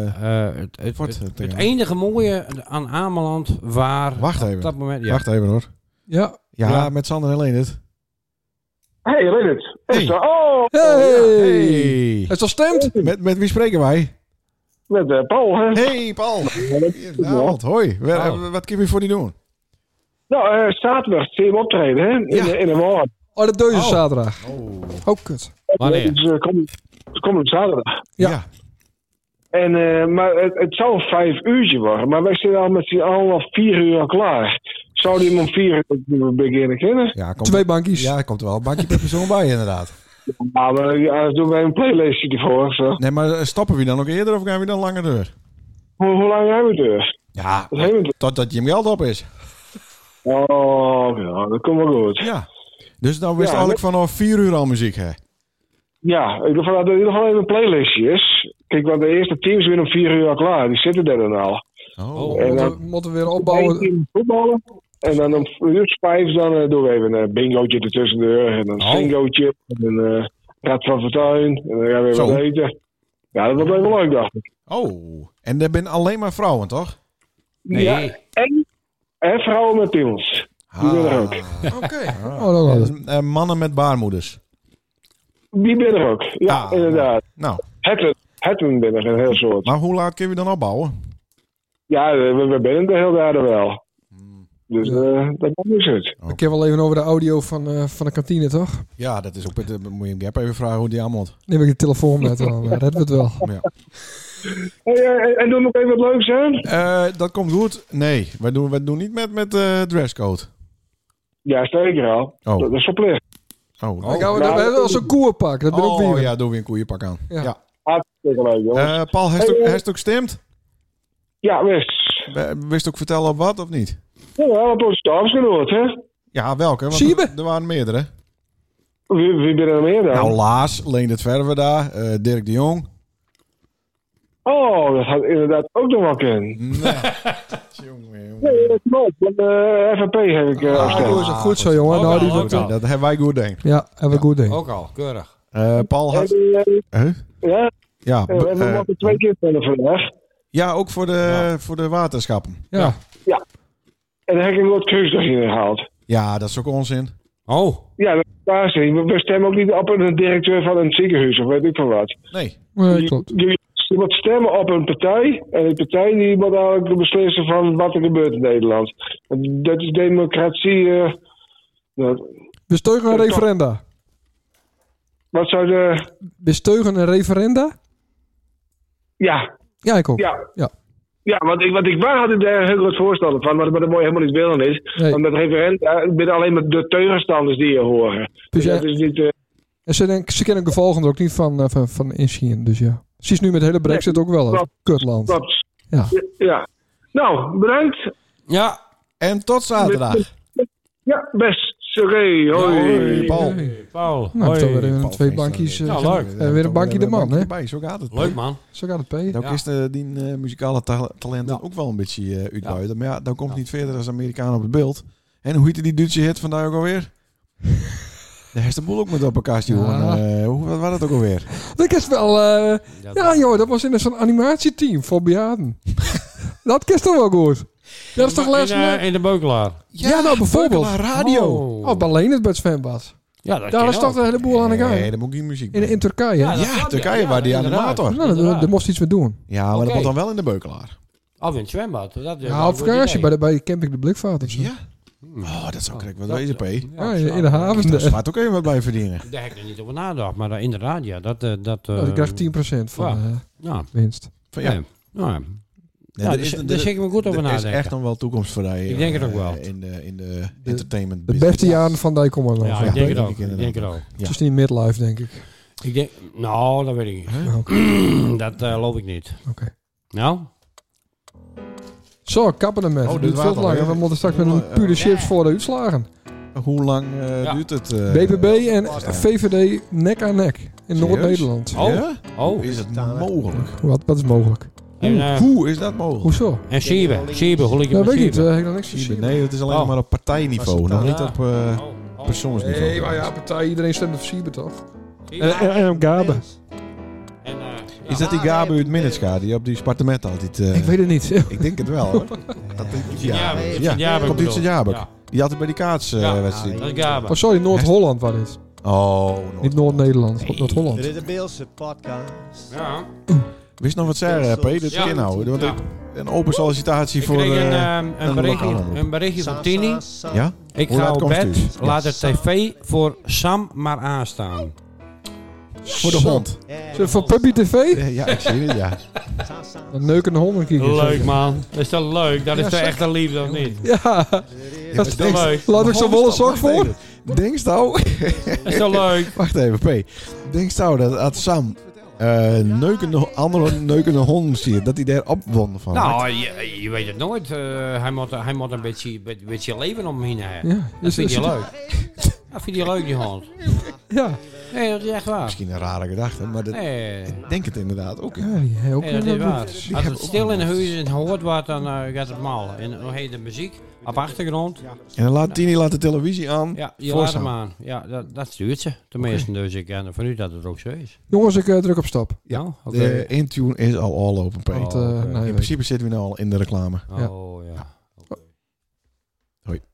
het enige mooie aan Ameland waar... Wacht op even. dat moment, ja. Wacht even hoor. Ja. Ja, Ja. met Sander en Leendert. Hey, Leonard. Hey. Oh, Hey! Hey. Het is al stemt? Met wie spreken wij? met Paul, hè? Hey Paul. Goedenavond, hoi. Wat kun je voor die doen? Nou, zaterdag zie je hem optreden, hè? In de woord. Oh, dat doe je Oh. zaterdag. Oh. Oh, kut. Wanneer? Dus kom zaterdag. Ja. En, maar het zou 5 uurtje worden, maar wij zitten al met z'n allen al 4 uur al klaar. Zou die hem om 4 uur beginnen kennen? Ja, komt 2 bankjes. Ja, er komt er wel een bankje per persoon bij inderdaad. Ja, maar ja, doen wij een playlistje ervoor. Zo. Nee, maar stoppen we dan nog eerder of gaan we dan langer door? Hoe lang hebben we dus? Ja, Wat hebben we? totdat je hem geld op is. Oh, ja, dat komt wel goed. Ja. Dus dan wist Ja, eigenlijk vanaf 4 uur al muziek, hè? Ja, ik wil dat er in ieder geval even een playlistje is. Kijk, want de eerste teams zijn om 4 uur al klaar. Die zitten er dan al. Oh. En Moeten we weer Eén opbouwen. team voetballen. En dan om uur 5 dan doen we even een bingootje ertussendoor. En een singootje. En een Rad van Fortuin. En dan gaan we Zo. even wat eten. Ja, dat wordt even leuk, dacht ik. Oh, en er zijn alleen maar vrouwen, toch? Nee. Ja, en vrouwen met piemels. Die ben er ook. Oké. Oh, dat was het. Mannen met baarmoeders. Die ben er ook. Ja, Ah. inderdaad. Nou, Hetten ben er een heel soort. maar hoe laat kun je dan opbouwen? Ja, we zijn de hele dagen wel. Dus dat is het. Ik heb wel even over de audio van de kantine, toch? Ja, dat is ook. Moet je Gap even vragen hoe die aanmot. Neem ik de telefoon met, dan redden we het wel. Ja. Hey, en doe nog even wat leuks aan? Dat komt goed. Nee, wij doen niet met dresscode. Ja, zeker al. Oh. Dat is verplicht. Oh, We hebben wel zo'n koerpak. Dat ben ook weer. ja, doen we een koeienpak aan. Ja. Ja. Hartstikke leuk, jongens. Paul, heeft ook gestemd? Ja, wist. Wist ook vertellen op wat of niet? Ja, op ons stafsgenoot, hè? Ja, welke? Want Siebe? er waren meerdere. Wie ben er meer dan? Nou, Laas, Leendert Verwerda, Dirk de Jong. Oh, dat had inderdaad ook nog wel kunnen. Nee. Jongen. Nee, dat klopt. Van de FNP heb ik Doe ze goed zo, jongen. Ook Nou, al, die ook wordt, al. Dat hebben wij goed denk. ja, hebben we goed ding. Ook al, keurig. Paul had... Ja, Ja, we mogen 2 keer spelen vandaag. ja, ook voor de waterschappen. Ja. En dan heb ik een wat kruisdag ingehaald. Ja, dat is ook onzin. Oh, Ja, dat is waar. We stemmen ook niet op een directeur van een ziekenhuis of weet ik van wat. Nee. Nee, klopt. Je moet stemmen op een partij. En die partij die moet eigenlijk beslissen van wat er gebeurt in Nederland. Dat is democratie. We steugen een referenda. Wat zou de... We steugen een referenda? Ja, Ja, ik ook. ja. Ja. Ja, waar had ik daar een heel groot voorstander van, maar dat mooi helemaal niet willen is. Nee. Want met referenda binnen alleen maar de tegenstanders die je horen. Dus Dat ja, is niet... en ze kennen de gevolgen er ook niet van inzien. Dus ja. Ze is nu met de hele Brexit ook wel een klopt. kutland. Klopt. Ja. Ja. Nou, bedankt. ja. En tot zaterdag. Ja, best. Sorry. Hoi. Hoi, Paul. Paul. Nou, Hoi. toch weer Paul twee Feest, bankjes. Ja, leuk. Weer een bankje de man, hè? Bij, zo gaat het. Leuk, man. Zo gaat het, P. Dan Ja. is die muzikale talenten ook wel een beetje uitbuiten. Maar ja, dan komt niet verder als Amerikaan op het beeld. En hoe heette die Duitse hit vandaag ook alweer? De heeft de boel ook met op elkaar sturen. Hoe was dat ook alweer? Dat is wel... ja, joh, dat was in zo'n animatieteam voor bejaarden. Dat kist toch wel goed? Dat is toch les? In de Beukelaar. Ja, nou bijvoorbeeld. Beukelaar Radio. Oh, alleen het bij het zwembad. Ja, dat Daar kan is toch ook. de hele boel aan de gang. Nee, dan moet ik geen muziek In Turkije. Ja, Ja, dat Ja, klopt, Turkije, ja, waar die inderdaad. animator. nou, daar moest iets mee doen. Ja, maar dat Oké. moet dan wel in de Beukelaar. Of in het zwembad. Dat is Ja, wel op een goed vakantie idee. bij de Camping de Blikvaart of zo. Ja? Oh, dat zou ik wel dat- wezen, P. Ja, in de haven. Daar gaat ook even wat bij verdienen. Daar heb ik er niet over nagedacht. Maar inderdaad, ja. Dat Ik krijg 10% van ja. de Ja. winst. Van, ja. Ja. Nou, ja. Nee, Ja, er daar is- daar zit ik me goed over Er is nadenken. echt nog wel toekomst voor die. Ik denk het ook wel. In de entertainment De business. beste jaren van die komen nog. Ja, Ja, ik denk het denk ook. ik Ik inderdaad. denk het ook. Ja. het is niet midlife, denk ik. Ik denk, nou, dat weet ik niet. Ja, oké. Dat geloof ik niet. Oké. Nou? Zo, kappen ermee. Oh, Het dit duurt veel te water, lang. hè? We moeten straks met een pure chips voor de uitslagen. Hoe lang Ja. duurt het? BBB en VVD nek aan nek. In Serieus? Noord-Nederland. Oh. Ja? Oh. Is het mogelijk? Wat is mogelijk? En, Hoe is dat mogelijk? Hoezo? en Siebe, hoe lig je Dat met weet ik niet. Siebe? Heb ik nog niks gezien. Nee, het is alleen Oh. maar op partijniveau. Nog niet op Oh. persoonsniveau. Nee, maar ja, partij. Iedereen stemt op Siebe, toch? Siebe. En op Gabe. En, Is dat die Gabe uit Minutska die op die spartement altijd... Ik weet het niet. Ik denk het wel, hoor. Dat Ja, ja, komt uit Sint-Jabek. Ja. Die altijd bij die kaatswedstrijd. Dat is Gabe. Oh, sorry, Noord-Holland was dit. Oh, Niet Noord-Nederland. Noord-Holland. Dit is de Beelse podcast. Ja. Wist nog wat zeggen, P? Dit Ja. ken nou. Want Ja. een open sollicitatie Ik voor... kreeg lokale omroep. een berichtje van Tini. Ja? Ik Hoe ga laat op komt bed, u? laat de tv voor Sam maar aanstaan. Voor de hond. Van Puppy TV? Ja, ik zie het, ja. Een neukende honden kijken. Leuk man, dat is toch leuk? Dat is Ja, toch zeg. echt een liefde of niet? Ja, dat is toch leuk? Laat ik zo'n wollen sok voor. Denk nou... Dat is toch leuk? Wacht even, P. Denk nou dat als Sam andere neukende honden ziet, dat hij daar opwon van. Nou, je weet het nooit. Hij moet een beetje leven om hem heen hebben. Ja, Dat vindt hij leuk. Dat vindt hij leuk, die hond. Ja. Nee, dat is echt waar. Misschien een rare gedachte, maar Nee. ik denk het inderdaad ook. Ja, die heeft ook Nee, dat een is waar. boek. Als hebben het ook stil nog in de huis en hoort wordt, dan gaat het mal. En dan heet de muziek op achtergrond. En dan laat Tini de televisie aan. Ja, je Voor laat hem staan. aan. Ja, dat stuurt ze. Tenminste, dus ik ken vanuit dat het ook zo is. Jongens, ik druk op stop. Ja, oké. De Intune is al open, P. Want, oké. nee, In principe zitten we nu al in de reclame. ja. Oh, ja.